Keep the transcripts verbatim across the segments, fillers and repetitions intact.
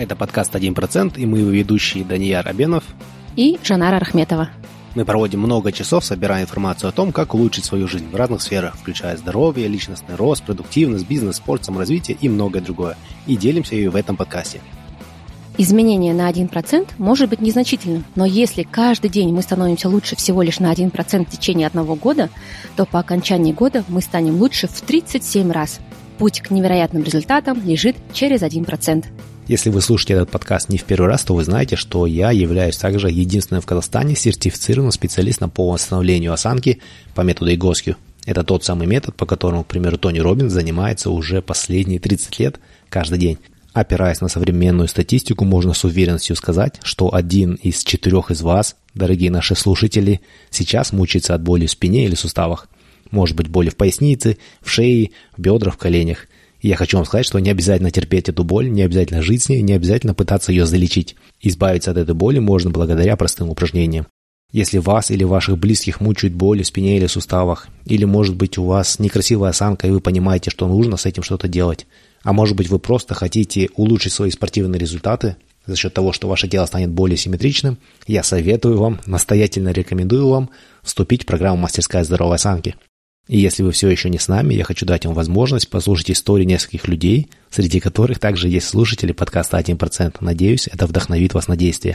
Это подкаст один процент, и мы его ведущие Данияр Абенов и Жанара Рахметова. Мы проводим много часов, собирая информацию о том, как улучшить свою жизнь в разных сферах, включая здоровье, личностный рост, продуктивность, бизнес, спорт, саморазвитие и многое другое. И делимся ею в этом подкасте. Изменение на один процент может быть незначительным, но если каждый день мы становимся лучше всего лишь на один процент в течение одного года, то по окончании года мы станем лучше в тридцать семь раз. Путь к невероятным результатам лежит через один процент. Если вы слушаете этот подкаст не в первый раз, то вы знаете, что я являюсь также единственным в Казахстане сертифицированным специалистом по восстановлению осанки по методу Игоскью. Это тот самый метод, по которому, к примеру, Тони Роббинс занимается уже последние тридцать лет каждый день. Опираясь на современную статистику, можно с уверенностью сказать, что один из четырех из вас, дорогие наши слушатели, сейчас мучается от боли в спине или суставах. Может быть, боли в пояснице, в шее, в бедрах, в коленях. И я хочу вам сказать, что не обязательно терпеть эту боль, не обязательно жить с ней, не обязательно пытаться ее залечить. Избавиться от этой боли можно благодаря простым упражнениям. Если вас или ваших близких мучают боли в спине или суставах, или, может быть, у вас некрасивая осанка, и вы понимаете, что нужно с этим что-то делать, а может быть, вы просто хотите улучшить свои спортивные результаты за счет того, что ваше тело станет более симметричным, я советую вам, настоятельно рекомендую вам вступить в программу «Мастерская здоровой осанки». И если вы все еще не с нами, я хочу дать вам возможность послушать истории нескольких людей, среди которых также есть слушатели подкаста один процент. Надеюсь, это вдохновит вас на действие.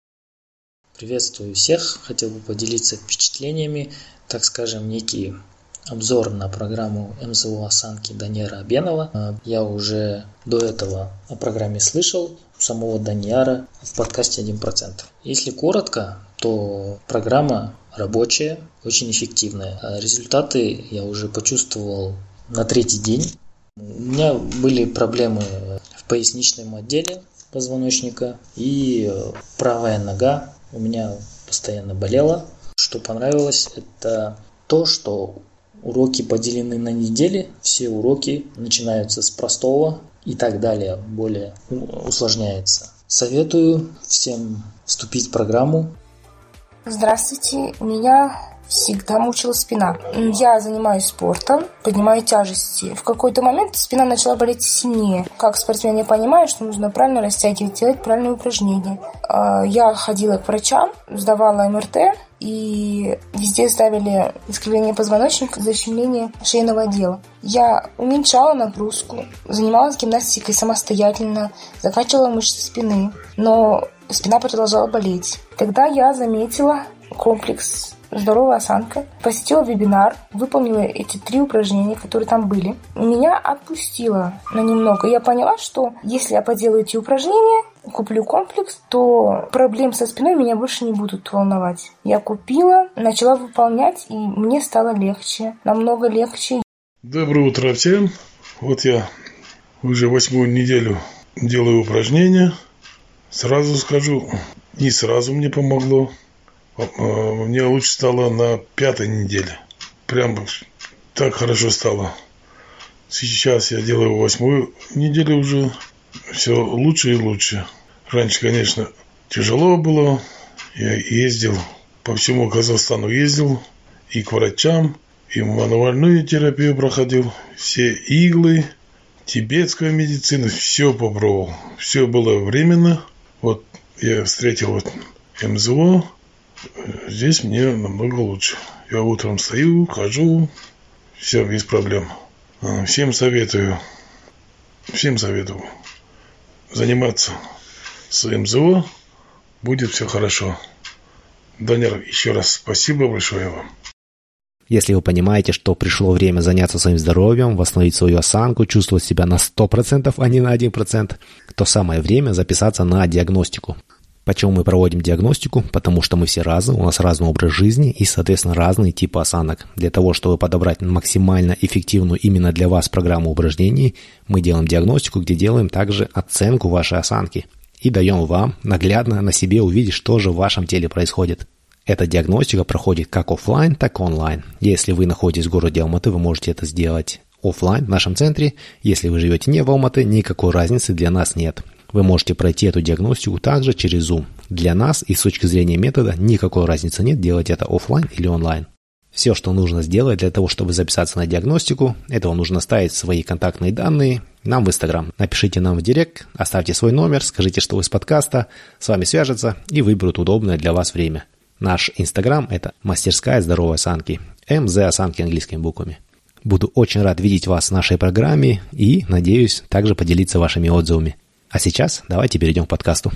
Приветствую всех. Хотел бы поделиться впечатлениями, так скажем, некий обзор на программу эм зэ о осанки Данияра Абенова. Я уже до этого о программе слышал у самого Данияра в подкасте один процент. Если коротко, то программа рабочая, очень эффективная. Результаты я уже почувствовал на третий день. У меня были проблемы в поясничном отделе позвоночника, и правая нога у меня постоянно болела. Что понравилось, это то, что уроки поделены на недели, все уроки начинаются с простого и так далее, более усложняется. Советую всем вступить в программу. Здравствуйте, меня всегда мучила спина. Я занимаюсь спортом, поднимаю тяжести. В какой-то момент спина начала болеть сильнее. Как спортсмен я понимаю, что нужно правильно растягивать, делать правильные упражнения. Я ходила к врачам, сдавала эм эр тэ, и везде ставили искривление позвоночника, защемление шейного отдела. Я уменьшала нагрузку, занималась гимнастикой самостоятельно, закачивала мышцы спины, но спина продолжала болеть. Тогда я заметила комплекс «Здоровая осанка», посетила вебинар, выполнила эти три упражнения, которые там были. Меня отпустило на немного. Я поняла, что если я поделаю эти упражнения, куплю комплекс, то проблем со спиной меня больше не будут волновать. Я купила, начала выполнять, и мне стало легче, намного легче. Доброе утро всем. Вот я уже восьмую неделю делаю упражнения. Сразу скажу, не сразу мне помогло. Мне лучше стало на пятой неделе. Прям так хорошо стало. Сейчас я делаю восьмую неделю уже. Все лучше и лучше. Раньше, конечно, тяжело было. Я ездил по всему Казахстану, ездил и к врачам, и мануальную терапию проходил. Все иглы, тибетская медицина, все попробовал. Все было временно. Вот я встретил вот эм зэ о. Здесь мне намного лучше. Я утром стою, хожу, все без проблем. Всем советую, всем советую заниматься с эм зэ о, будет все хорошо. Данияр, еще раз спасибо большое вам. Если вы понимаете, что пришло время заняться своим здоровьем, восстановить свою осанку, чувствовать себя на сто процентов, а не на один процент, то самое время записаться на диагностику. Почему мы проводим диагностику? Потому что мы все разные, у нас разный образ жизни и, соответственно, разные типы осанок. Для того, чтобы подобрать максимально эффективную именно для вас программу упражнений, мы делаем диагностику, где делаем также оценку вашей осанки. И даем вам наглядно на себе увидеть, что же в вашем теле происходит. Эта диагностика проходит как офлайн, так и онлайн. Если вы находитесь в городе Алматы, вы можете это сделать офлайн в нашем центре. Если вы живете не в Алматы, никакой разницы для нас нет. Вы можете пройти эту диагностику также через Zoom. Для нас и с точки зрения метода никакой разницы нет, делать это офлайн или онлайн. Все, что нужно сделать для того, чтобы записаться на диагностику, это вам нужно оставить свои контактные данные нам в Инстаграм. Напишите нам в директ, оставьте свой номер, скажите, что вы с подкаста, с вами свяжутся и выберут удобное для вас время. Наш Инстаграм – это мастерская здоровой осанки, эм зэ осанки английскими буквами. Буду очень рад видеть вас в нашей программе и, надеюсь, также поделиться вашими отзывами. А сейчас давайте перейдем к подкасту.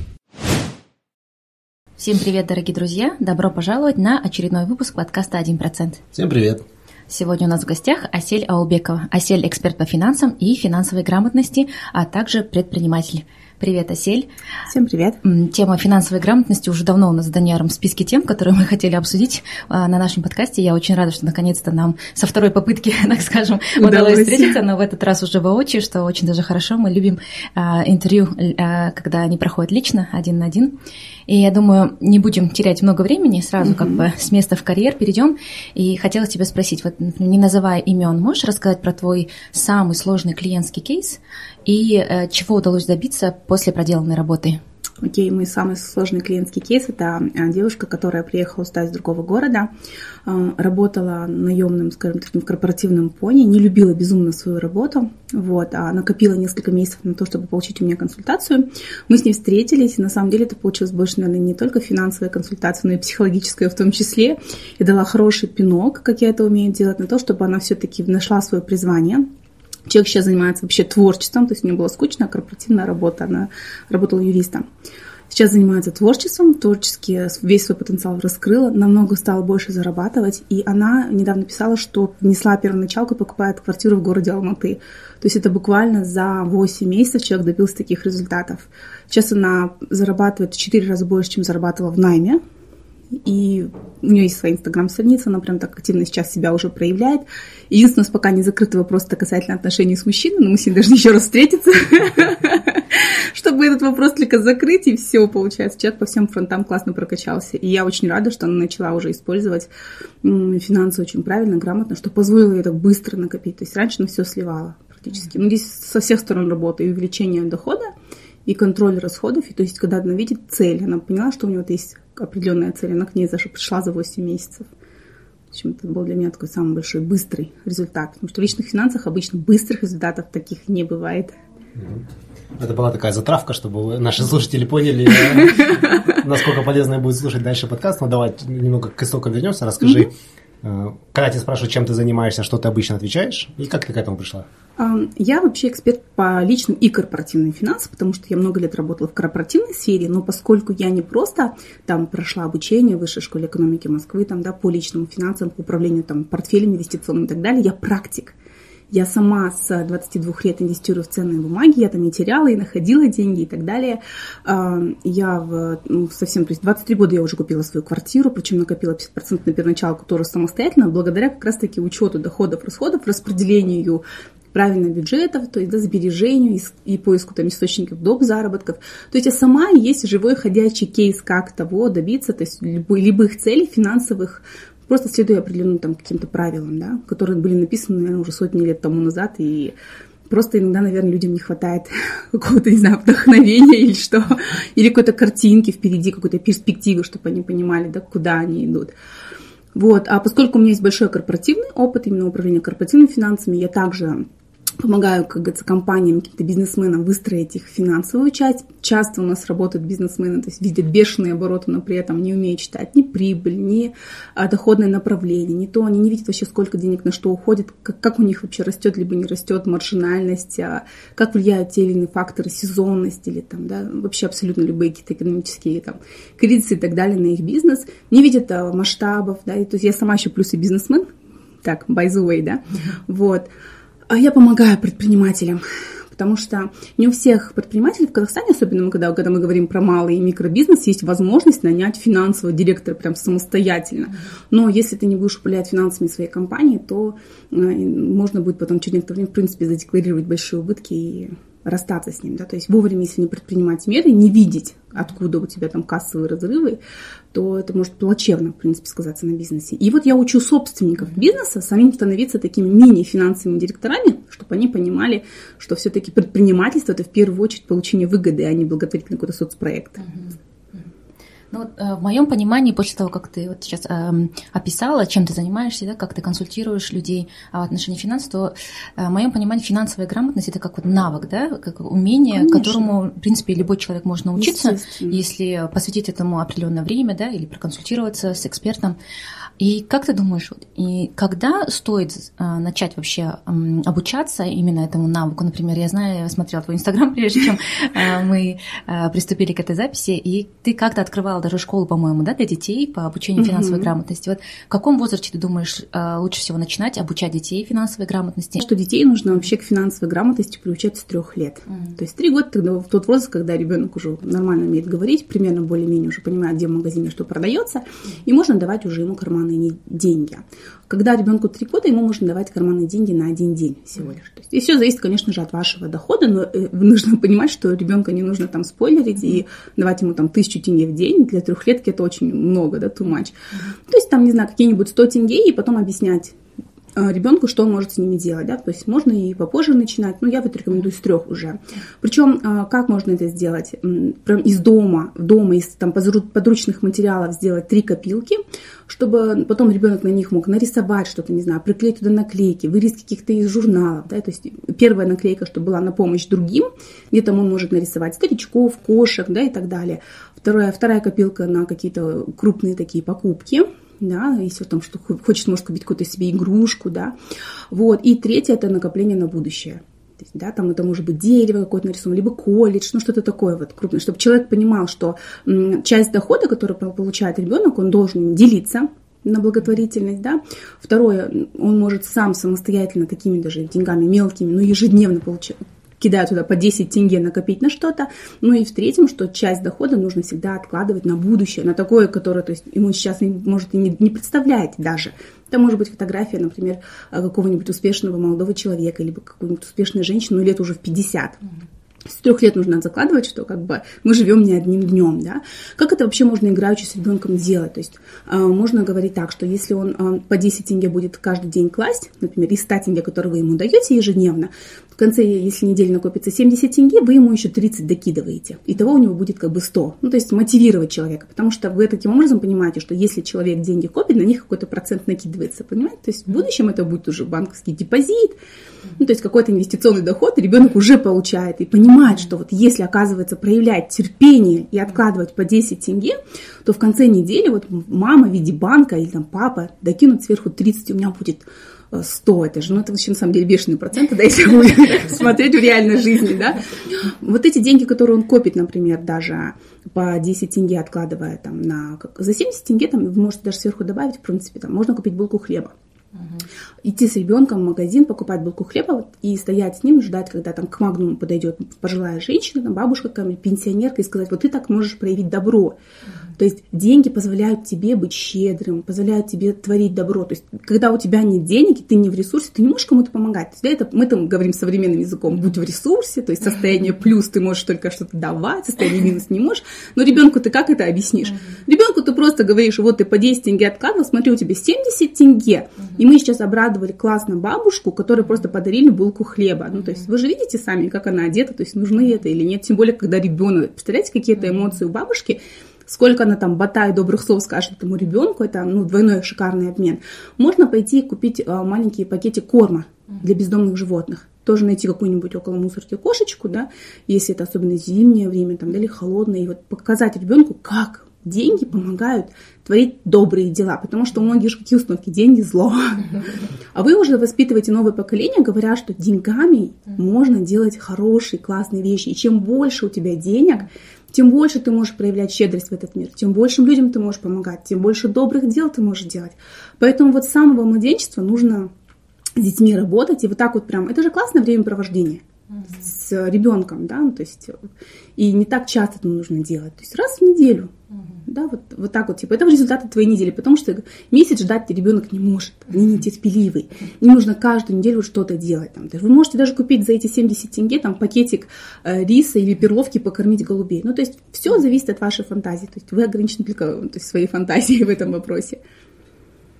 Всем привет, дорогие друзья! Добро пожаловать на очередной выпуск подкаста один процент. Всем привет! Сегодня у нас в гостях Асель Аулбекова. Асель – эксперт по финансам и финансовой грамотности, а также предприниматель. Привет, Асель. Всем привет. Тема финансовой грамотности уже давно у нас с Данияром в списке тем, которые мы хотели обсудить на нашем подкасте. Я очень рада, что наконец-то нам со второй попытки, так скажем, удалось, удалось встретиться, но в этот раз уже воочию, что очень даже хорошо. Мы любим а, интервью, а, когда они проходят лично, один на один. И я думаю, не будем терять много времени, сразу mm-hmm. как бы с места в карьер перейдем. И хотела тебя спросить, вот не называя имен, можешь рассказать про твой самый сложный клиентский кейс и э, чего удалось добиться после проделанной работы? Окей, мой самый сложный клиентский кейс – это девушка, которая приехала сюда из другого города, работала наемным, скажем так, в корпоративном пони, не любила безумно свою работу, вот, а накопила несколько месяцев на то, чтобы получить у меня консультацию. Мы с ней встретились, и на самом деле это получилось больше, наверное, не только финансовая консультация, но и психологическая в том числе. И дала хороший пинок, как я это умею делать, на то, чтобы она все-таки нашла свое призвание. Человек сейчас занимается вообще творчеством, то есть мне было скучно, корпоративная работа, она работала юристом. Сейчас занимается творчеством, творчески весь свой потенциал раскрыла, намного стала больше зарабатывать. И она недавно писала, что внесла первоначалку, покупает квартиру в городе Алматы. То есть это буквально за восемь месяцев человек добился таких результатов. Сейчас она зарабатывает в четыре раза больше, чем зарабатывала в найме. И у нее есть своя инстаграм-страница, она прям так активно сейчас себя уже проявляет. Единственное, у нас пока не закрытый вопрос касательно отношений с мужчиной, но мы с ней должны еще раз встретиться, чтобы этот вопрос только закрыть, и все, получается. Человек по всем фронтам классно прокачался. И я очень рада, что она начала уже использовать финансы очень правильно, грамотно, что позволило ей так быстро накопить. То есть раньше она все сливала практически. Ну, здесь со всех сторон работа, и увеличение дохода, и контроль расходов. И то есть, когда она видит цель, она поняла, что у нее есть определенная цель, она к ней даже пришла за восемь месяцев. В общем, это был для меня такой самый большой быстрый результат. Потому что в личных финансах обычно быстрых результатов таких не бывает. Это была такая затравка, чтобы наши слушатели поняли, насколько полезно будет слушать дальше подкаст. Но давай немного к истокам вернемся. Расскажи, когда тебя спрашивают, чем ты занимаешься, что ты обычно отвечаешь, и как ты к этому пришла? Я вообще эксперт по личным и корпоративным финансам, потому что я много лет работала в корпоративной сфере, но поскольку я не просто там прошла обучение в Высшей школе экономики Москвы там, да, по личным финансам, по управлению там, портфелем инвестиционным и так далее, я практик. Я сама с двадцати двух лет инвестирую в ценные бумаги, я там и теряла, и находила деньги и так далее. Я в, ну, совсем, то есть двадцать три года я уже купила свою квартиру, причем накопила пятьдесят процентов на первоначалку тоже самостоятельно, благодаря как раз-таки учету доходов, расходов, распределению правильно бюджетов, то есть да, сбережению и, и поиску там источников доп. Заработков. То есть я сама есть живой ходячий кейс, как того добиться, то есть любых, любых целей финансовых, просто следуя определенным там каким-то правилам, да, которые были написаны, наверное, уже сотни лет тому назад, и просто иногда, наверное, людям не хватает какого-то, не знаю, вдохновения или что, или какой-то картинки впереди, какой-то перспективы, чтобы они понимали, да, куда они идут. Вот, а поскольку у меня есть большой корпоративный опыт, именно управления корпоративными финансами, я также помогаю, как говорится, компаниям, каким-то бизнесменам выстроить их финансовую часть. Часто у нас работают бизнесмены, то есть видят бешеные обороты, но при этом не умеют считать ни прибыль, ни доходное направление, ни то. Они не видят вообще, сколько денег на что уходит, как, как у них вообще растет, либо не растет маржинальность, как влияют те или иные факторы, сезонность или там, да, вообще абсолютно любые какие-то экономические там, кризисы и так далее на их бизнес. Не видят масштабов, да, и, то есть я сама еще плюс и бизнесмен, так, by the way, да, вот. А я помогаю предпринимателям, потому что не у всех предпринимателей в Казахстане, особенно когда, когда мы говорим про малый и микробизнес, есть возможность нанять финансового директора прям самостоятельно. Но если ты не будешь управлять финансами своей компании, то э, можно будет потом через некоторое время, в принципе, задекларировать большие убытки и расстаться с ним, да, то есть вовремя, если не предпринимать меры, не видеть, откуда у тебя там кассовые разрывы, то это может плачевно, в принципе, сказаться на бизнесе. И вот я учу собственников бизнеса самим становиться такими мини-финансовыми директорами, чтобы они понимали, что все-таки предпринимательство – это в первую очередь получение выгоды, а не благотворительный какой-то соцпроект. Ну, вот, в моем понимании, после того, как ты вот сейчас э, описала, чем ты занимаешься, да, как ты консультируешь людей в отношении финансов, то э, в моем понимании финансовая грамотность – это как вот навык, да, как умение, Конечно. Которому, в принципе, любой человек может научиться, если посвятить этому определенное время, да, или проконсультироваться с экспертом. И как ты думаешь, вот, и когда стоит а, начать вообще а, обучаться именно этому навыку? Например, я знаю, я смотрела твой Инстаграм, прежде чем а, мы а, приступили к этой записи, и ты как-то открывала даже школу, по-моему, да, для детей по обучению финансовой mm-hmm. грамотности. Вот в каком возрасте, ты думаешь, а, лучше всего начинать обучать детей финансовой грамотности? Что детей нужно вообще к финансовой грамотности приучать с трех лет. Mm-hmm. То есть три года тогда в тот возраст, когда ребенок уже нормально умеет говорить, примерно более-менее уже понимает, где в магазине что продается, mm-hmm. и можно давать уже ему карманные деньги. Когда ребенку три года, ему можно давать карманные деньги на один день всего лишь. То есть, и все зависит, конечно же, от вашего дохода, но э, нужно понимать, что ребенка не нужно там спойлерить и давать ему там тысячу тенге в день. Для трехлетки это очень много, да, too much. То есть там, не знаю, какие-нибудь сто тенге и потом объяснять ребенку, что он может с ними делать, да, то есть можно и попозже начинать, но я вот рекомендую с трех уже. Причем, как можно это сделать? Прям из дома, дома из там подручных материалов сделать три копилки, чтобы потом ребенок на них мог нарисовать что-то, не знаю, приклеить туда наклейки, вырезки каких-то из журналов, да, то есть первая наклейка, чтобы была на помощь другим, где там он может нарисовать старичков, кошек, да, и так далее. Вторая, вторая копилка на какие-то крупные такие покупки, да, если там что хочет, может купить какую-то себе игрушку, да, вот, и третье – это накопление на будущее, то есть, да, там это может быть дерево какое-то нарисовано, либо колледж, ну, что-то такое вот крупное, чтобы человек понимал, что м, часть дохода, который получает ребенок, он должен делиться на благотворительность, да, второе, он может сам самостоятельно такими даже деньгами мелкими, но ежедневно получать, кидая туда по десять тенге накопить на что-то. Ну и в-третьем, что часть дохода нужно всегда откладывать на будущее, на такое, которое, то есть, ему сейчас, может, и не, не представляете даже. Это может быть фотография, например, какого-нибудь успешного молодого человека, либо какой-нибудь успешной женщины, но лет уже в пятьдесят. С трех лет нужно закладывать, что как бы мы живем не одним днем, да. Как это вообще можно играючи с ребенком сделать? То есть э, можно говорить так, что если он э, по десять тенге будет каждый день класть, например, из ста тенге, которые вы ему даете ежедневно, в конце, если недели накопится семьдесят тенге, вы ему еще тридцать докидываете. Итого у него будет как бы сто. Ну, то есть мотивировать человека, потому что вы таким образом понимаете, что если человек деньги копит, на них какой-то процент накидывается, понимаете? То есть в будущем это будет уже банковский депозит, ну, то есть какой-то инвестиционный доход ребенок уже получает и понимает, что вот если, оказывается, проявлять терпение и откладывать по десять тенге, то в конце недели вот мама в виде банка или там папа докинут сверху тридцать, у меня будет сто. Это же, ну, это вообще на самом деле бешеные проценты, да, если вы смотреть в реальной жизни, да. Вот эти деньги, которые он копит, например, даже по десять тенге откладывая там на... За семьдесят тенге там вы можете даже сверху добавить, в принципе, там можно купить булку хлеба. Uh-huh. Идти с ребенком в магазин, покупать булку хлеба вот, и стоять с ним, ждать, когда там к Магнуму подойдет пожилая женщина, там, бабушка, какая-нибудь пенсионерка, и сказать, вот ты так можешь проявить добро. Uh-huh. То есть деньги позволяют тебе быть щедрым, позволяют тебе творить добро. То есть когда у тебя нет денег, и ты не в ресурсе, ты не можешь кому-то помогать. То есть, да, это, мы там говорим современным языком, будь в ресурсе, то есть состояние плюс ты можешь только что-то давать, состояние минус не можешь. Но ребенку ты как это объяснишь? Uh-huh. Ребенку ты просто говоришь, вот ты по десять тенге откладывал, смотри, у тебя семьдесят тенге. Uh-huh. И мы сейчас обрадовали классно бабушку, которой просто подарили булку хлеба. Ну, то есть вы же видите сами, как она одета, то есть нужны это или нет. Тем более, когда ребенок, представляете, какие-то эмоции у бабушки, сколько она там бота и добрых слов скажет этому ребенку, это ну, двойной шикарный обмен. Можно пойти и купить а, маленький пакетик корма для бездомных животных. Тоже найти какую-нибудь около мусорки кошечку, да, если это особенно зимнее время, там, да, или холодное, и вот показать ребенку, как деньги помогают творить добрые дела, потому что у многих же какие установки? Деньги – зло. А вы уже воспитываете новое поколение, говоря, что деньгами можно делать хорошие, классные вещи. И чем больше у тебя денег, тем больше ты можешь проявлять щедрость в этот мир, тем большим людям ты можешь помогать, тем больше добрых дел ты можешь делать. Поэтому вот с самого младенчества нужно с детьми работать. И вот так вот прям, это же классное времяпровождение с ребенком, да, ну, то есть, и не так часто это нужно делать, то есть раз в неделю, uh-huh. да, вот, вот так вот, типа, это результаты твоей недели, потому что месяц ждать ребенок не может, они нетерпеливый, не нужно каждую неделю что-то делать, там, вы можете даже купить за эти семьдесят тенге, там, пакетик э, риса или перловки, покормить голубей, ну, то есть, все зависит от вашей фантазии, то есть, вы ограничены только то есть, своей фантазией в этом вопросе.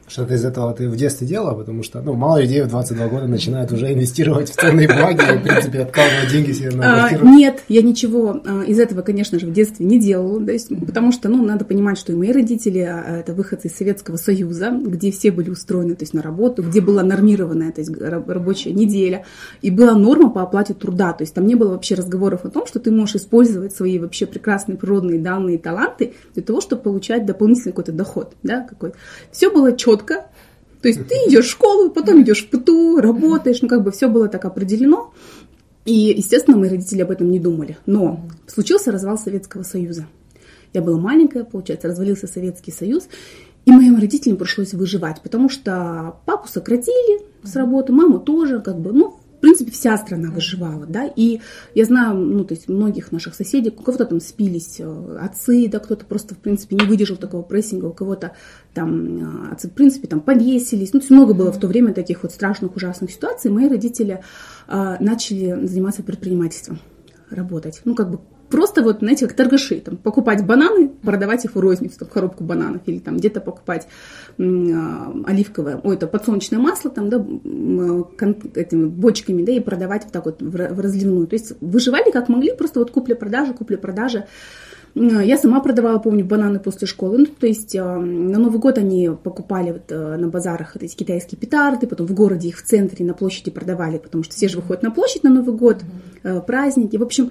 Что-то из этого ты в детстве делала, потому что, ну, мало людей в двадцать два года начинают уже инвестировать в ценные бумаги и, в принципе, откладывать деньги себе на квартиру. А, нет, я ничего а, из этого, конечно же, в детстве не делала, то есть, потому что, ну, надо понимать, что и мои родители, а, это выходцы из Советского Союза, где все были устроены, то есть, на работу, где была нормированная, то есть, рабочая неделя, и была норма по оплате труда, то есть, там не было вообще разговоров о том, что ты можешь использовать свои вообще прекрасные природные данные и таланты для того, чтобы получать дополнительный какой-то доход, да, какой-то. Все было четко. То есть ты идешь в школу, потом идешь в ПТУ, работаешь, ну как бы все было так определено. И, естественно, мои родители об этом не думали. Но случился развал Советского Союза. Я была маленькая, получается, развалился Советский Союз. И моим родителям пришлось выживать, потому что папу сократили с работы, маму тоже, как бы, ну, в принципе, вся страна выживала, да, и я знаю, ну, то есть многих наших соседей, у кого-то там спились отцы, да, кто-то просто, в принципе, не выдержал такого прессинга, у кого-то там отцы, в принципе, там повесились, ну, то есть много было в то время таких вот страшных, ужасных ситуаций. Мои родители а, начали заниматься предпринимательством, работать, ну, как бы, просто вот, знаете, как торгаши, там, покупать бананы, продавать их в розницу, там, коробку бананов, или там где-то покупать м, оливковое, ой, это подсолнечное масло, там, да, кон, этими бочками, да, и продавать вот так вот в, в разливную. То есть выживали как могли, просто вот купля-продажа, купля-продажа. Я сама продавала, помню, бананы после школы. Ну, то есть на Новый год они покупали вот на базарах эти китайские петарды, потом в городе их в центре на площади продавали, потому что все же выходят на площадь на Новый год, mm-hmm. праздники. В общем,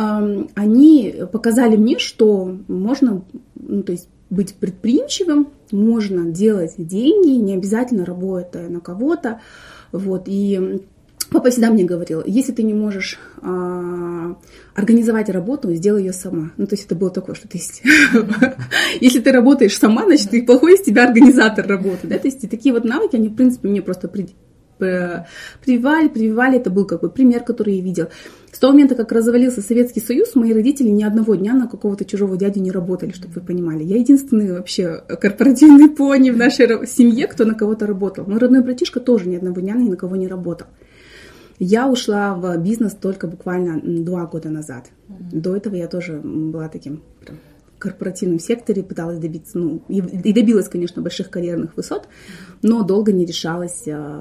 они показали мне, что можно, ну, то есть быть предприимчивым, можно делать деньги, не обязательно работая на кого-то. Вот, и папа всегда мне говорил, если ты не можешь а, организовать работу, сделай ее сама. Ну, то есть это было такое, что ты, если ты работаешь сама, значит, ты плохой из тебя организатор работы, да, то есть и такие вот навыки, они, в принципе, мне просто прививали, прививали, это был какой пример, который я видел. С того момента, как развалился Советский Союз, мои родители ни одного дня на какого-то чужого дядю не работали, чтобы вы понимали. Я единственный вообще корпоративный пони в нашей семье, кто на кого-то работал. Мой родной братишка тоже ни одного дня ни на кого не работал. Я ушла в бизнес только буквально два года назад. Mm-hmm. До этого я тоже была таким прям, в корпоративном секторе, пыталась добиться, ну, и, и добилась, конечно, больших карьерных высот, но долго не решалась а,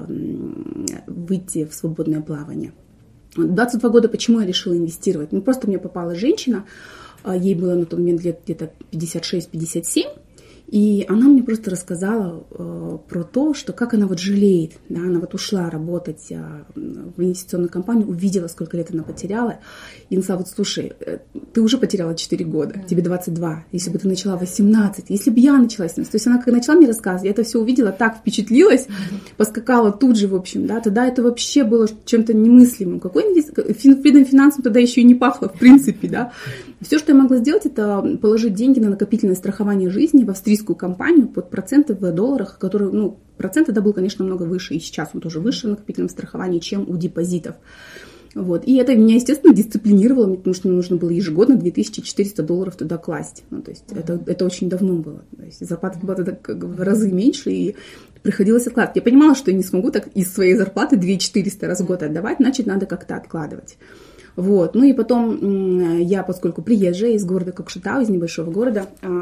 выйти в свободное плавание. двадцать два года почему я решила инвестировать? Ну, просто мне попала женщина, а, ей было на тот момент лет где-то пятьдесят шесть - пятьдесят семь, и она мне просто рассказала э, про то, что как она вот жалеет, да, она вот ушла работать э, в инвестиционную компанию, увидела, сколько лет она потеряла, и она сказала, вот слушай, э, ты уже потеряла четыре года, mm-hmm. тебе двадцать два, если бы ты начала восемнадцать, если бы я начала семнадцать, то есть она когда начала мне рассказывать, я это все увидела, так впечатлилась, mm-hmm. поскакала тут же, в общем, да, тогда это вообще было чем-то немыслимым, какой инвести... видом финансов тогда еще и не пахло, в принципе, да. Все, что я могла сделать, это положить деньги на накопительное страхование жизни в австрийскую компанию под проценты в долларах, которые, ну, процент тогда был, конечно, много выше, и сейчас он тоже выше в накопительном страховании, чем у депозитов. Вот. И это меня, естественно, дисциплинировало, потому что мне нужно было ежегодно две тысячи четыреста долларов туда класть. Ну, то есть mm-hmm. это, это очень давно было. То есть зарплата была тогда как бы в разы меньше, и приходилось откладывать. Я понимала, что я не смогу так из своей зарплаты две тысячи четыреста раз в год отдавать, значит, надо как-то откладывать. Вот. Ну и потом я, поскольку приезжая из города Кокшетау, из небольшого города,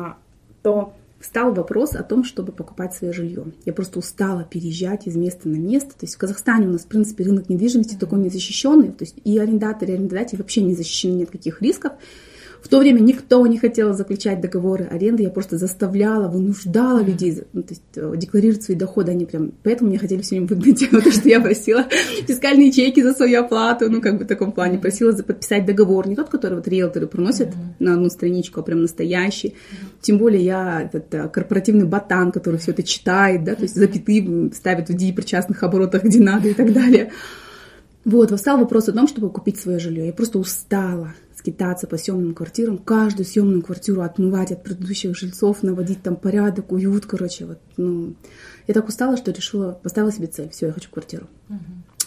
то встал вопрос о том, чтобы покупать свое жилье. Я просто устала переезжать из места на место. То есть в Казахстане у нас, в принципе, рынок недвижимости такой незащищенный. То есть и арендаторы, и арендодатели вообще не защищены, нет каких рисков. В то время никто не хотел заключать договоры аренды, я просто заставляла, вынуждала людей, ну, то есть декларировать свои доходы, они прям, поэтому меня хотели все время выгнать, потому что я просила фискальные чеки за свою оплату, ну, как бы в таком плане, просила подписать договор, не тот, который вот риэлторы приносят mm-hmm. на одну страничку, а прям настоящий, mm-hmm. тем более я этот корпоративный ботан, который все это читает, да, то есть запятые ставит в ди при частных оборотах, где надо и так далее. Вот, встал вопрос о том, чтобы купить свое жилье, я просто устала скитаться по съемным квартирам, каждую съемную квартиру отмывать от предыдущих жильцов, наводить там порядок, уют, короче, вот, ну, я так устала, что решила, поставила себе цель, все, я хочу квартиру. Uh-huh.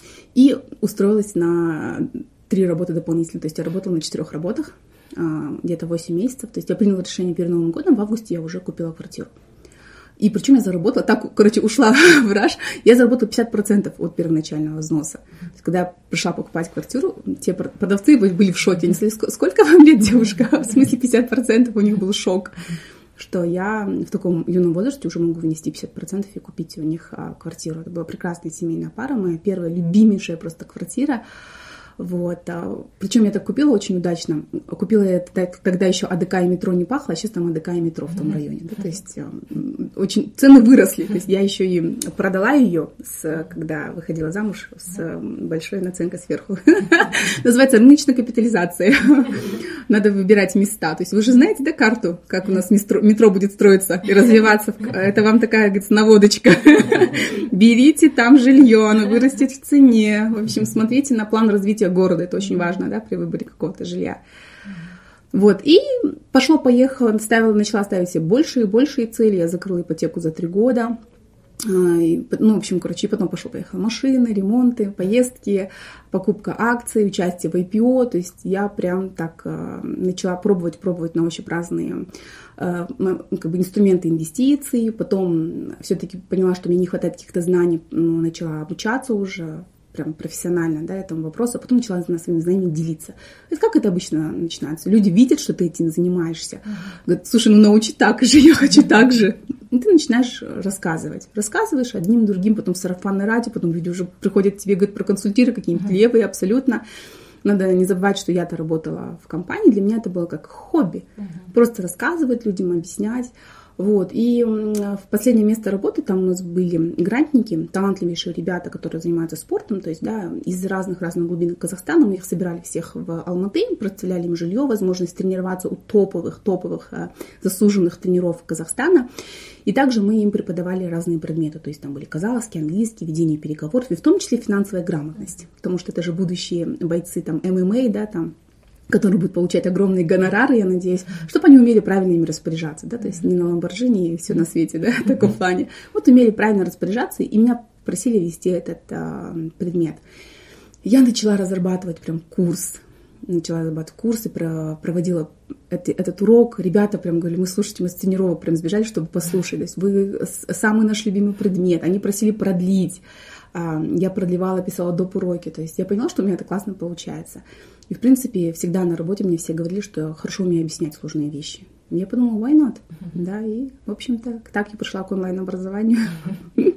И устроилась на три работы дополнительно, то есть я работала на четырех работах, где-то восемь месяцев, то есть я приняла решение перед Новым годом, в августе я уже купила квартиру. И причем я заработала, так, короче, ушла в раж, я заработала пятьдесят процентов от первоначального взноса. То есть, когда я пришла покупать квартиру, те продавцы были в шоке. Они сказали, сколько вам лет, девушка? В смысле пятьдесят процентов, у них был шок. что я в таком юном возрасте уже могу внести пятьдесят процентов и купить у них квартиру. Это была прекрасная семейная пара, моя первая любимейшая просто квартира. Вот. Причем я так купила очень удачно. Купила я тогда еще АДК и метро не пахло, а сейчас там АДК и метро в том районе. Да? То есть очень цены выросли. То есть я еще и продала ее, с, когда выходила замуж, с большой наценкой сверху. Называется рыночная капитализация. Надо выбирать места. То есть вы же знаете, да, карту, как у нас метро, метро будет строиться и развиваться. Это вам такая, говорится, наводочка. Берите там жилье, оно вырастет в цене. В общем, смотрите на план развития города, это очень важно, да, при выборе какого-то жилья. Вот, и пошло-поехало, ставила, начала ставить себе большие и большие цели, я закрыла ипотеку за три года, и, ну, в общем, короче, и потом пошло-поехало машины, ремонты, поездки, покупка акций, участие в ай пи о, то есть я прям так начала пробовать, пробовать на ощупь разные как бы инструменты инвестиций, потом все-таки поняла, что мне не хватает каких-то знаний, ну, начала обучаться уже, прям профессионально, да, этому вопросу, а потом начала своими знаниями делиться. Это как это обычно начинается? Люди видят, что ты этим занимаешься. Uh-huh. Говорят, слушай, ну научи так же, я хочу так же. И ты начинаешь рассказывать. Рассказываешь одним, другим, потом сарафанное радио, потом люди уже приходят к тебе, говорят, проконсультируй, какие-нибудь uh-huh. левые абсолютно. Надо не забывать, что я-то работала в компании, для меня это было как хобби. Uh-huh. Просто рассказывать людям, объяснять. Вот. И в последнее место работы там у нас были грантники, талантливейшие ребята, которые занимаются спортом, то есть, да, из разных-разных глубин Казахстана. Мы их собирали всех в Алматы, представляли им жилье, возможность тренироваться у топовых, топовых заслуженных тренеров Казахстана. И также мы им преподавали разные предметы, то есть там были казахский, английский, ведение переговоров, и в том числе финансовая грамотность, потому что это же будущие бойцы там эм эм а, да, там, которые будут получать огромные гонорары, я надеюсь, чтобы они умели правильно ими распоряжаться, да, то есть не на Ламборджини и все на свете, да, в таком плане. Вот умели правильно распоряжаться, и меня просили вести этот а, предмет. Я начала разрабатывать прям курс, начала разрабатывать курсы, проводила это, этот урок. Ребята прям говорили, мы слушайте, мы с тренировок прям сбежали, чтобы послушать. То есть вы самый наш любимый предмет. Они просили продлить. Я продлевала, писала доп. Уроки. То есть я поняла, что у меня это классно получается. И, в принципе, всегда на работе мне все говорили, что я хорошо умею объяснять сложные вещи. И я подумала, why not? Uh-huh. Да, и, в общем-то, так я пришла к онлайн-образованию. Uh-huh.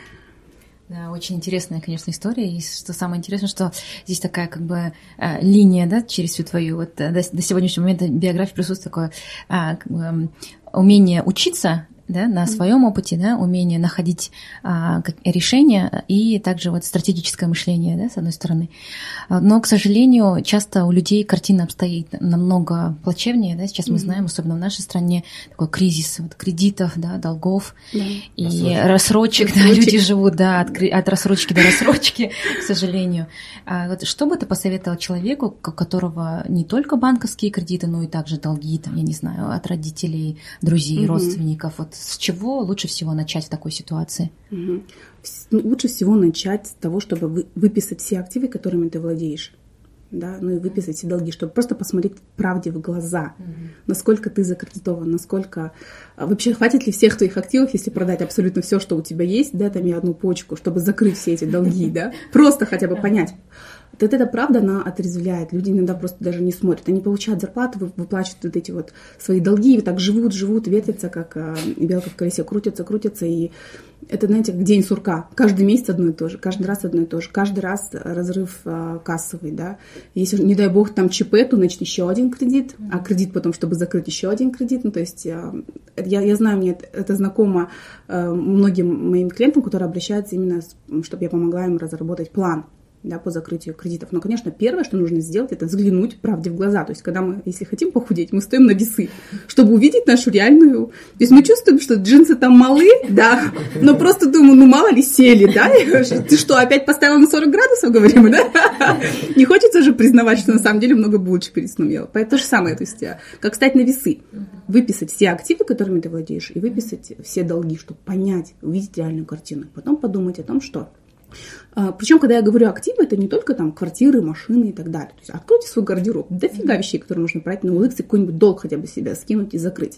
Да, очень интересная, конечно, история. И что самое интересное, что здесь такая как бы линия, да, через всю твою вот до, до сегодняшнего момента биографии присутствует такое а, как бы, умение учиться, да, на своем опыте, да, умение находить а, как, решения и также вот стратегическое мышление, да, с одной стороны. Но, к сожалению, часто у людей картина обстоит намного плачевнее, да, сейчас mm-hmm. мы знаем, особенно в нашей стране, такой кризис вот, кредитов, да, долгов mm-hmm. и рассрочек, рассрочек, да, люди живут, да, от, от рассрочки до рассрочки, к сожалению. А вот что бы ты посоветовал человеку, у которого не только банковские кредиты, но и также долги, там, я не знаю, от родителей, друзей, mm-hmm. родственников, вот с чего лучше всего начать в такой ситуации? Угу. Лучше всего начать с того, чтобы вы, выписать все активы, которыми ты владеешь. Да? Ну и выписать все долги, чтобы просто посмотреть правде в глаза, угу. насколько ты закредитован, насколько... Вообще, хватит ли всех твоих активов, если продать абсолютно все, что у тебя есть, да, там и одну почку, чтобы закрыть все эти долги, да? Просто хотя бы понять. Вот эта правда, она отрезвляет. Люди иногда просто даже не смотрят. Они получают зарплату, выплачивают вот эти вот свои долги, и так живут, живут, вертятся, как белка в колесе, крутятся, крутятся. И это, знаете, как день сурка. Каждый месяц одно и то же, каждый раз одно и то же. Каждый раз разрыв кассовый, да. Если, не дай бог, там ЧП, то, значит, еще один кредит, а кредит потом, чтобы закрыть еще один кредит. Ну, то есть я, я знаю, мне это, это знакомо многим моим клиентам, которые обращаются именно, чтобы я помогла им разработать план, да, по закрытию кредитов. Но, конечно, первое, что нужно сделать, это взглянуть правде в глаза. То есть, когда мы, если хотим похудеть, мы стоим на весы, чтобы увидеть нашу реальную... То есть, мы чувствуем, что джинсы там малы, да, но просто думаю, ну, мало ли сели, да? Ты что, опять поставила на сорок градусов, говорим, да? Не хочется же признавать, что на самом деле много булочек перед сном ела. Поэтому то же самое, то есть, как встать на весы, выписать все активы, которыми ты владеешь, и выписать все долги, чтобы понять, увидеть реальную картину. Потом подумать о том, что... Причем, когда я говорю активы, это не только там квартиры, машины и так далее. То есть откройте свой гардероб. Дофига вещей, которые нужно брать на улице, какой-нибудь долг хотя бы себя скинуть и закрыть.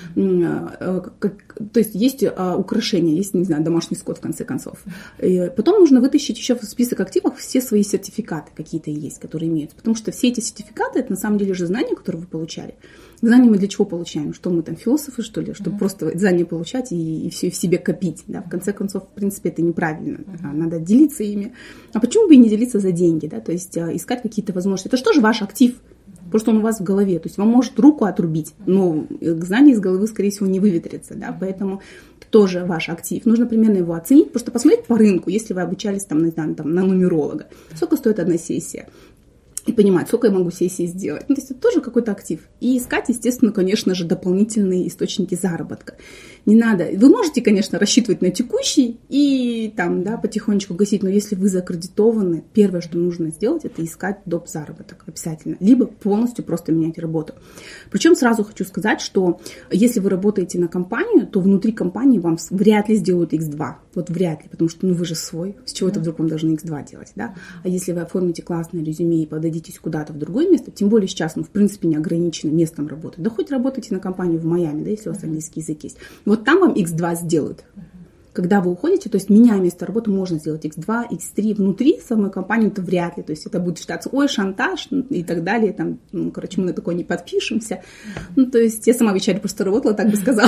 То есть есть украшения, есть, не знаю, домашний скот в конце концов. И потом нужно вытащить еще в список активов все свои сертификаты какие-то есть, которые имеются. Потому что все эти сертификаты, это на самом деле же знания, которые вы получали. Знания мы для чего получаем? Что мы там, философы, что ли? Чтобы mm-hmm. просто знания получать и, и все в себе копить. Да? В конце концов, в принципе, это неправильно. Mm-hmm. Надо делиться ими. А почему бы и не делиться за деньги? Да? То есть искать какие-то возможности. Это что же ваш актив? Просто он у вас в голове. То есть вам может руку отрубить, но знания из головы, скорее всего, не выветрятся. Да? Поэтому тоже ваш актив. Нужно примерно его оценить, просто посмотреть по рынку, если вы обучались там, на, там, на нумеролога. Сколько стоит одна сессия? И понимать, сколько я могу сессии сделать. Ну, то есть это тоже какой-то актив. И искать, естественно, конечно же, дополнительные источники заработка. Не надо. Вы можете, конечно, рассчитывать на текущий и там, да, потихонечку гасить, но если вы закредитованы, первое, что нужно сделать, это искать доп. Заработок обязательно. Либо полностью просто менять работу. Причем сразу хочу сказать, что если вы работаете на компанию, то внутри компании вам вряд ли сделают икс два. Вот вряд ли, потому что ну, вы же свой. С чего это вдруг вам должны икс два делать, да? А если вы оформите классное резюме и подадитесь куда-то в другое место, тем более сейчас мы, в принципе, не ограничены местом работы. Да хоть работайте на компанию в Майами, да, если у вас английский язык есть. Вот там вам икс два сделают. Когда вы уходите, то есть меняя место работы, можно сделать икс два, икс три. Внутри самой компании это вряд ли. То есть это будет считаться, ой, шантаж и так далее. Там, ну, короче, мы на такое не подпишемся. Ну, то есть я сама в эйч ар просто работала, так бы сказала.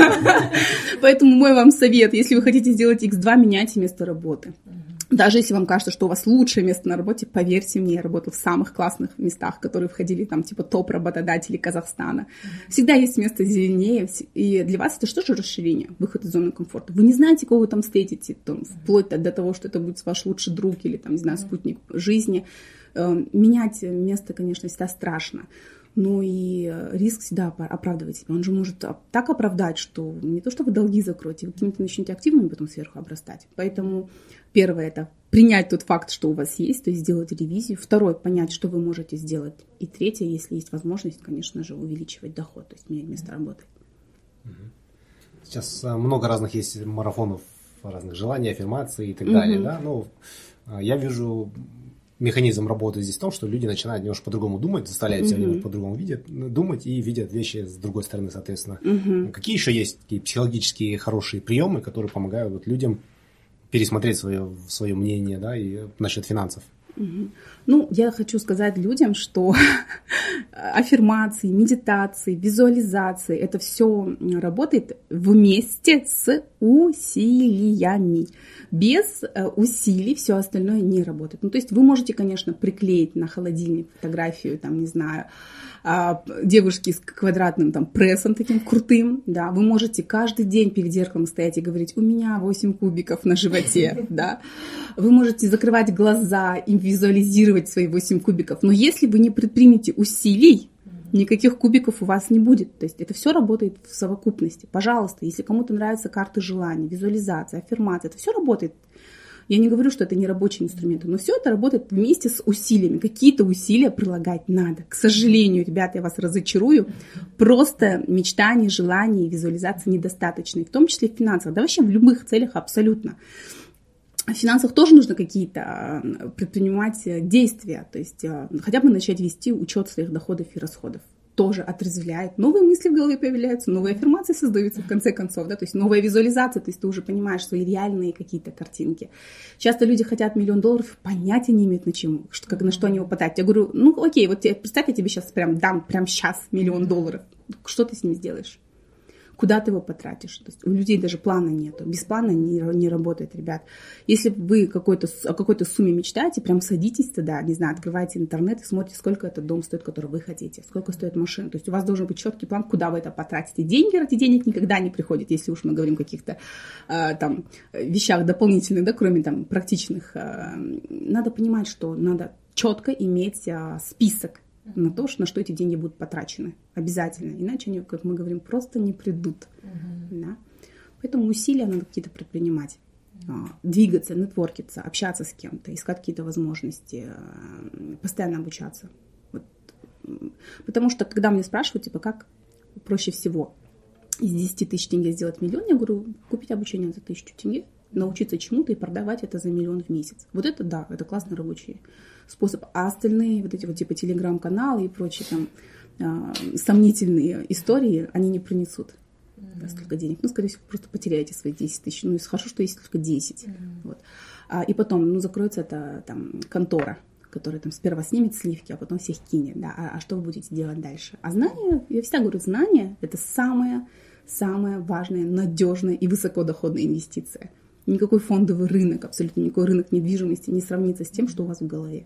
Поэтому мой вам совет, если вы хотите сделать икс два, меняйте место работы. Даже если вам кажется, что у вас лучшее место на работе, поверьте мне, я работала в самых классных местах, которые входили там типа топ-работодателей Казахстана. Всегда есть место зеленее, и для вас это что же расширение, выход из зоны комфорта. Вы не знаете, кого вы там встретите, там, вплоть до того, что это будет ваш лучший друг или там, не знаю, спутник жизни. Менять место, конечно, всегда страшно. Но и риск всегда оправдывает себя. Он же может так оправдать, что не то, что вы долги закроете, вы какими-то начнете активными потом сверху обрастать. Поэтому первое – это принять тот факт, что у вас есть, то есть сделать ревизию. Второе – понять, что вы можете сделать. И третье, если есть возможность, конечно же, увеличивать доход, то есть менять место работы. Сейчас много разных есть марафонов, разных желаний, аффирмаций и так Mm-hmm. далее. Да? Ну, я вижу... Механизм работы здесь в том, что люди начинают немножко по-другому думать, заставляют себя uh-huh. по-другому видеть, думать и видят вещи с другой стороны, соответственно. Uh-huh. Какие еще есть такие психологические хорошие приемы, которые помогают вот людям пересмотреть свое, свое мнение, да, и насчет финансов? Uh-huh. Ну, я хочу сказать людям, что аффирмации, медитации, визуализации, это все работает вместе с усилиями. Без усилий все остальное не работает. Ну, то есть вы можете, конечно, приклеить на холодильник фотографию, там, не знаю, девушки с квадратным там прессом таким крутым, да, вы можете каждый день перед зеркалом стоять и говорить: у меня восемь кубиков на животе, да, вы можете закрывать глаза и визуализировать свои восемь кубиков, но если вы не предпримете усилий, никаких кубиков у вас не будет. То есть это все работает в совокупности. Пожалуйста, если кому-то нравятся карты желаний, визуализация, аффирмация, это все работает. Я не говорю, что это не рабочие инструменты, но все это работает вместе с усилиями. Какие-то усилия прилагать надо. К сожалению, ребята, я вас разочарую, просто мечтаний, желаний, визуализации недостаточно. В том числе в финансах, да вообще в любых целях абсолютно. В финансах тоже нужно какие-то предпринимать действия, то есть хотя бы начать вести учет своих доходов и расходов. Тоже отрезвляет. Новые мысли в голове появляются, новые аффирмации создаются в конце концов, да, то есть новая визуализация, то есть ты уже понимаешь свои реальные какие-то картинки. Часто люди хотят миллион долларов, понятия не имеют на чем, что, как, на что они его потратят. Я говорю, ну окей, вот представь, я тебе сейчас прям дам, прям сейчас миллион долларов. Что ты с ним сделаешь? Куда ты его потратишь? То есть у людей даже плана нету. Без плана не, не работает, ребят. Если вы какой-то, о какой-то сумме мечтаете, прям садитесь туда, не знаю, открываете интернет и смотрите, сколько этот дом стоит, который вы хотите, сколько стоит машина. То есть у вас должен быть четкий план, куда вы это потратите. Деньги ради денег никогда не приходят, если уж мы говорим о каких-то э, там вещах дополнительных, да, кроме там практичных. Э, надо понимать, что надо четко иметь э, список на то, на что эти деньги будут потрачены. Обязательно. Иначе они, как мы говорим, просто не придут. Uh-huh. Да? Поэтому усилия надо какие-то предпринимать. Uh-huh. Двигаться, нетворкиться, общаться с кем-то, искать какие-то возможности, постоянно обучаться. Вот. Потому что, когда меня спрашивают, типа, как проще всего из десяти тысяч тенге сделать миллион, я говорю, купить обучение за тысячу тенге, научиться чему-то и продавать это за миллион в месяц. Вот это да, это классный рабочий способ. А остальные вот эти вот типа телеграм-каналы и прочие там э, сомнительные истории, они не принесут mm-hmm. столько денег. Ну, скорее всего, просто потеряете свои десять тысяч. Ну, и хорошо, что есть только десять. Mm-hmm. Вот. А, и потом, ну, закроется эта там контора, который там сперва снимет сливки, а потом всех кинет, да, а, а что вы будете делать дальше? А знания, я всегда говорю, знания – это самая, самая важная, надежная и высокодоходная инвестиция. Никакой фондовый рынок, абсолютно никакой рынок недвижимости не сравнится с тем, что у вас в голове.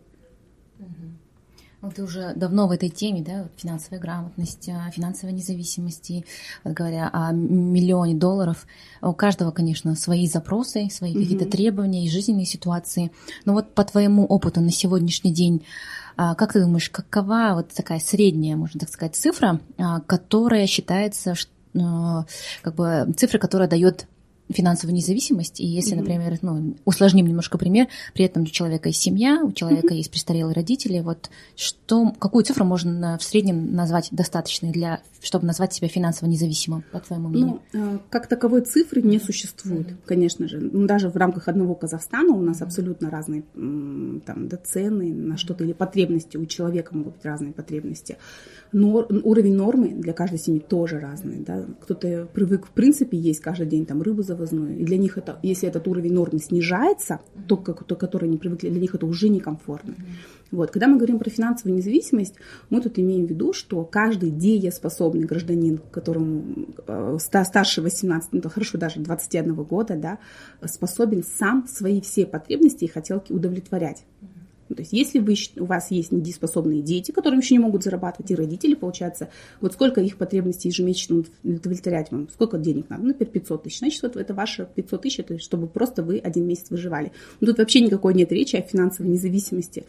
Ну, ты уже давно в этой теме, да, финансовая грамотность, финансовая независимость, вот говоря о миллионе долларов. У каждого, конечно, свои запросы, свои mm-hmm. какие-то требования и жизненные ситуации. Но вот по твоему опыту на сегодняшний день, как ты думаешь, какова вот такая средняя, можно так сказать, цифра, которая считается, как бы цифра, которая дает финансовую независимость, и если, mm-hmm. например, ну, усложним немножко пример, при этом у человека есть семья, у человека mm-hmm. есть престарелые родители, вот что, какую цифру можно в среднем назвать достаточной, для, чтобы назвать себя финансово независимым, по твоему мнению? Ну, как таковой цифры не существует, mm-hmm. конечно же. Даже в рамках одного Казахстана у нас mm-hmm. абсолютно разные там, да, цены на что-то, или потребности, у человека могут быть разные потребности. Нор, уровень нормы для каждой семьи тоже разный. Да? Кто-то привык, в принципе, есть каждый день там, рыбу завозную, и для них это, если этот уровень нормы снижается, то, как, то, которые не привыкли, для них это уже некомфортно. Mm-hmm. Вот. Когда мы говорим про финансовую независимость, мы тут имеем в виду, что каждый дееспособный гражданин, которому э, старше восемнадцати, ну, хорошо, даже двадцати одного года, да, способен сам свои все потребности и хотелки удовлетворять. То есть, если вы, у вас есть недееспособные дети, которые еще не могут зарабатывать, и родители, получается, вот сколько их потребностей ежемесячно удовлетворять вам, сколько денег надо, например, пятьсот тысяч, значит, вот это ваши пятьсот тысяч, это чтобы просто вы один месяц выживали. Но тут вообще никакой нет речи о финансовой независимости,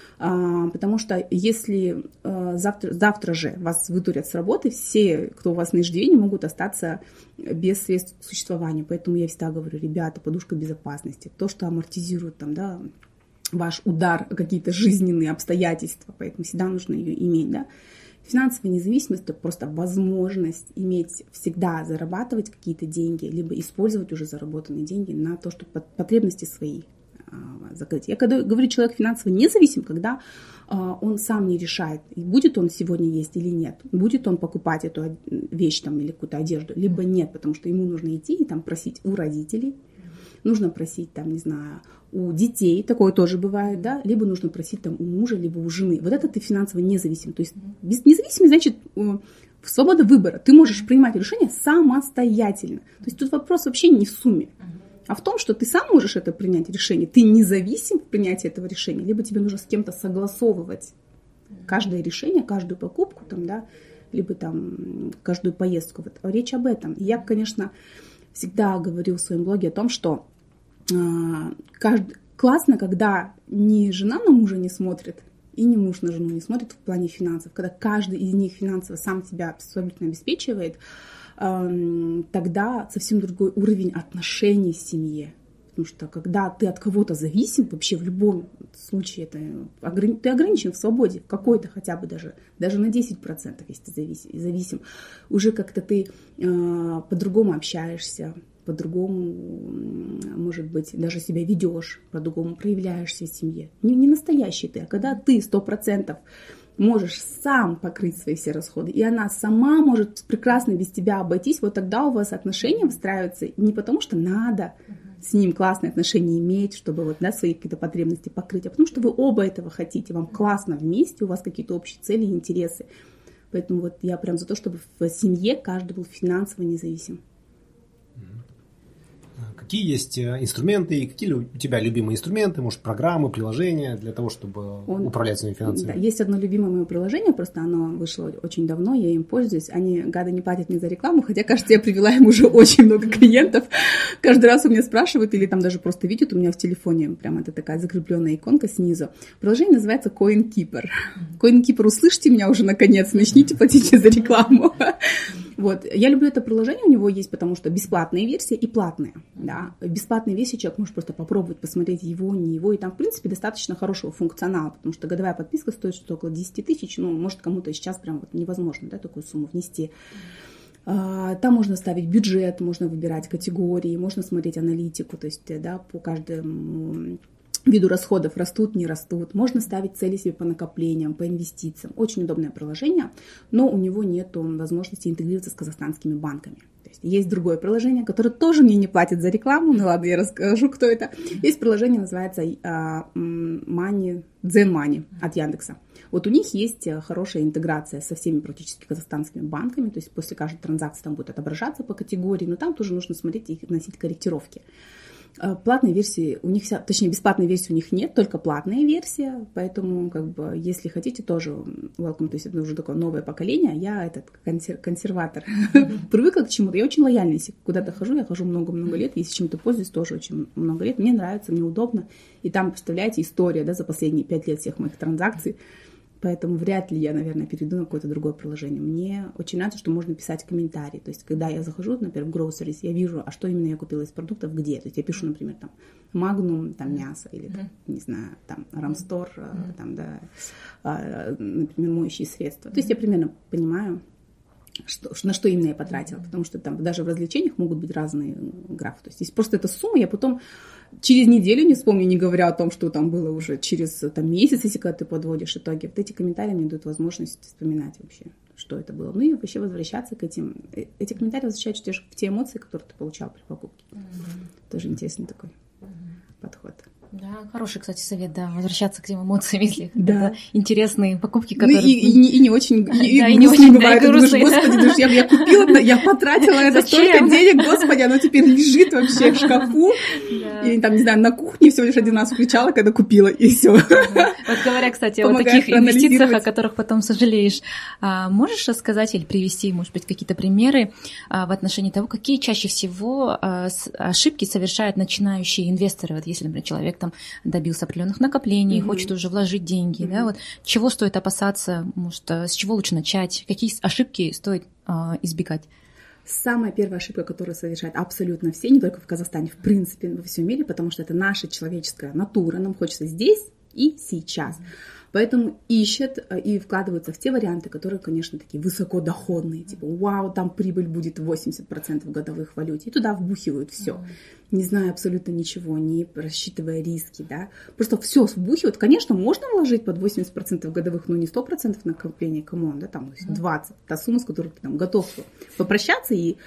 потому что если завтра, завтра же вас вытурят с работы, все, кто у вас на иждивении, могут остаться без средств к существованию. Поэтому я всегда говорю, ребята, подушка безопасности, то, что амортизирует там, да, ваш удар, какие-то жизненные обстоятельства, поэтому всегда нужно ее иметь, да. Финансовая независимость – это просто возможность иметь всегда зарабатывать какие-то деньги, либо использовать уже заработанные деньги на то, чтобы потребности свои а, закрыть. Я когда говорю, человек финансово независим, когда а, он сам не решает, будет он сегодня есть или нет, будет он покупать эту вещь там, или какую-то одежду, либо нет, потому что ему нужно идти и там просить у родителей, нужно просить, там, не знаю, у детей, такое тоже бывает, да, либо нужно просить там у мужа, либо у жены. Вот это ты финансово независим. То есть независимость, значит, свобода выбора. Ты можешь принимать решения самостоятельно. То есть тут вопрос вообще не в сумме, а в том, что ты сам можешь это принять решение. Ты независим в принятии этого решения, либо тебе нужно с кем-то согласовывать каждое решение, каждую покупку, там, да, либо там каждую поездку. Вот речь об этом. И я, конечно, всегда говорю в своем блоге о том, что э, каждый, классно, когда ни жена на мужа не смотрит, и ни муж на жену не смотрит в плане финансов, когда каждый из них финансово сам себя абсолютно обеспечивает, э, тогда совсем другой уровень отношений в семье. Потому что когда ты от кого-то зависим, вообще в любом случае это, ты ограничен в свободе, в какой-то хотя бы даже, даже на десять процентов, если ты зависим, зависим уже как-то ты э, по-другому общаешься, по-другому, может быть, даже себя ведешь, по-другому проявляешься в семье. Не, не настоящий ты, а когда ты сто процентов можешь сам покрыть свои все расходы, и она сама может прекрасно без тебя обойтись, вот тогда у вас отношения выстраиваются не потому, что надо с ним классные отношения иметь, чтобы вот, да, свои какие-то потребности покрыть, а потому что вы оба этого хотите, вам классно вместе, у вас какие-то общие цели и интересы. Поэтому вот я прям за то, чтобы в семье каждый был финансово независим. Какие есть инструменты и какие у тебя любимые инструменты, может, программы, приложения для того, чтобы Он, управлять своими финансами? Да, есть одно любимое мое приложение, просто оно вышло очень давно, я им пользуюсь. Они, гады, не платят мне за рекламу, хотя, кажется, я привела им уже очень много клиентов. Каждый раз у меня спрашивают или там даже просто видят у меня в телефоне, прям это такая закрепленная иконка снизу. Приложение называется CoinKeeper. CoinKeeper, услышьте меня уже наконец, начните платить за рекламу. Вот. Я люблю это приложение, у него есть, потому что бесплатные версии и платные. Да. Бесплатные версии человек может просто попробовать, посмотреть его, не его, и там, в принципе, достаточно хорошего функционала, потому что годовая подписка стоит что-то около десять тысяч, ну, может, кому-то сейчас прям вот невозможно, да, такую сумму внести. Там можно ставить бюджет, можно выбирать категории, можно смотреть аналитику, то есть, да, по каждому виду расходов растут, не растут. Можно ставить цели себе по накоплениям, по инвестициям. Очень удобное приложение, но у него нет возможности интегрироваться с казахстанскими банками. То есть, есть другое приложение, которое тоже мне не платит за рекламу, ну ладно, я расскажу, кто это. Есть приложение, называется uh, Money, Zen Money от Яндекса. Вот у них есть хорошая интеграция со всеми практически казахстанскими банками, то есть после каждой транзакции там будет отображаться по категории, но там тоже нужно смотреть и вносить корректировки. Платной версии у них вся, точнее, бесплатной версии у них нет, только платная версия, поэтому, как бы, если хотите, тоже welcome, то есть это уже такое новое поколение, я этот консер- консерватор, привыкла к чему-то, я очень лояльна, если куда-то хожу, я хожу много-много лет, если чем-то пользуюсь, тоже очень много лет, мне нравится, мне удобно, и там, представляете, история, да, за последние пять лет всех моих транзакций. Поэтому вряд ли я, наверное, перейду на какое-то другое приложение. Мне очень нравится, что можно писать комментарии. То есть, когда я захожу, например, в Groceries, я вижу, а что именно я купила из продуктов, где. То есть, я пишу, например, там, Magnum, там, мясо, или, там, не знаю, там, Рамстор, там, да, например, моющие средства. То есть, я примерно понимаю, что, на что именно я потратила. Потому что там даже в развлечениях могут быть разные графы. То есть, если просто эта сумма, я потом через неделю не вспомню, не говоря о том, что там было уже через там, месяц, если когда ты подводишь итоги. Вот эти комментарии мне дают возможность вспоминать вообще, что это было. Ну и вообще возвращаться к этим. Эти комментарии возвращают те, в те эмоции, которые ты получал при покупке. Mm-hmm. Тоже интересный такой mm-hmm. подход. Да, хороший, кстати, совет, да, возвращаться к тем эмоциям, если да. это интересные покупки, которые... Ну и, и, и, и не очень, и, да, и не очень бывает. Да, думаешь, господи, думаешь, я, я купила, я потратила это столько денег, господи, оно теперь лежит вообще в шкафу. Да. И там, не знаю, на кухне всего лишь один раз включала, когда купила, и все. Вот говоря, кстати, о таких инвестициях, о которых потом сожалеешь, можешь рассказать или привести, может быть, какие-то примеры в отношении того, какие чаще всего ошибки совершают начинающие инвесторы? Вот если, например, человек там добился определенных накоплений, mm-hmm. хочет уже вложить деньги, mm-hmm. да, вот чего стоит опасаться, может, с чего лучше начать, какие ошибки стоит а, избегать? Самая первая ошибка, которую совершают абсолютно все, не только в Казахстане, в принципе, во всем мире, потому что это наша человеческая натура, нам хочется здесь и сейчас. Поэтому ищут и вкладываются в те варианты, которые, конечно, такие высокодоходные, типа, вау, там прибыль будет восемьдесят процентов годовых в валюте, и туда вбухивают все, не зная абсолютно ничего, не рассчитывая риски, да, просто все вбухивают. Конечно, можно вложить под восемьдесят процентов годовых, но не сто процентов накопления, камон, да, там двадцать процентов, та сумма, с которой ты там готов попрощаться и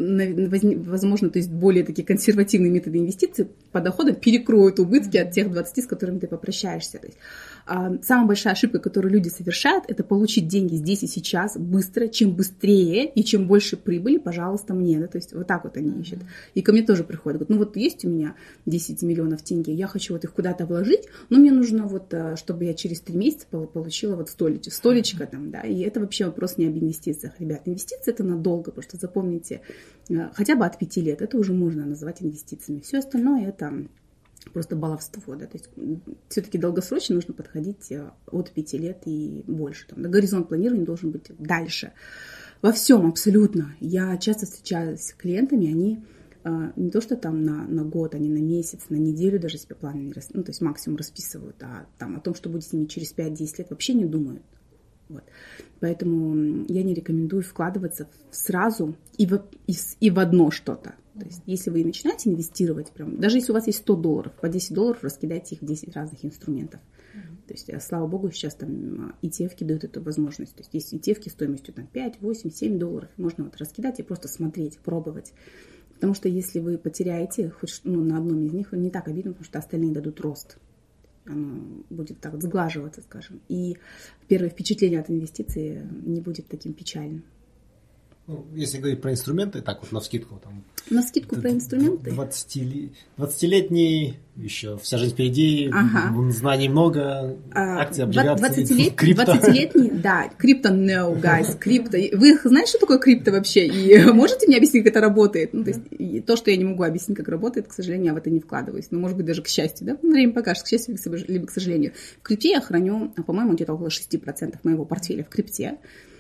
возможно, то есть более такие консервативные методы инвестиций по доходам перекроют убытки от тех двадцати, с которыми ты попрощаешься. То есть, а, самая большая ошибка, которую люди совершают, это получить деньги здесь и сейчас быстро. Чем быстрее и чем больше прибыли, пожалуйста, мне. Да? То есть вот так вот они ищут. И ко мне тоже приходят. Говорят, ну вот есть у меня десять миллионов тенге, я хочу вот их куда-то вложить, но мне нужно вот, чтобы я через три месяца получила вот столечко, столечко там, да. И это вообще вопрос не об инвестициях, ребят. Инвестиции это надолго, потому что запомните, хотя бы от пяти лет это уже можно называть инвестициями. Все остальное это просто баловство, да, то есть все-таки долгосрочно нужно подходить от пяти лет и больше. Там, да, горизонт планирования должен быть дальше. Во всем абсолютно. Я часто встречаюсь с клиентами, они э, не то что там на, на год, они на месяц, на неделю даже себе планы, ну, то есть максимум расписывают, а там о том, что будет с ними через пять-десять лет, вообще не думают. Вот. Поэтому я не рекомендую вкладываться сразу и в, и, и в одно что-то. То есть, если вы начинаете инвестировать, прям, даже если у вас есть сто долларов, по десять долларов раскидайте их в десять разных инструментов. Mm-hmm. То есть, слава богу, сейчас там и ти эф-ки дают эту возможность. То есть, есть и ти эф-ки стоимостью там, пять, восемь, семь долларов. Можно вот раскидать и просто смотреть, пробовать. Потому что если вы потеряете хоть ну, на одном из них, не так обидно, потому что остальные дадут рост. Оно будет так вот сглаживаться, скажем. И первое впечатление от инвестиций не будет таким печальным. Ну, если говорить про инструменты, так вот навскидку. Там, навскидку про инструменты? двадцатилетний, еще вся жизнь впереди, ага. знаний много, акции, облигации, крипто. двадцатилетний, да, крипто, no, guys, крипто. Вы знаете, что такое крипто вообще? И можете мне объяснить, как это работает? Ну, то есть, то, что я не могу объяснить, как работает, к сожалению, я в это не вкладываюсь. Но, может быть, даже к счастью, да? Время покажет, к счастью, либо к сожалению. В крипте я храню, по-моему, где-то около шесть процентов моего портфеля в крипте.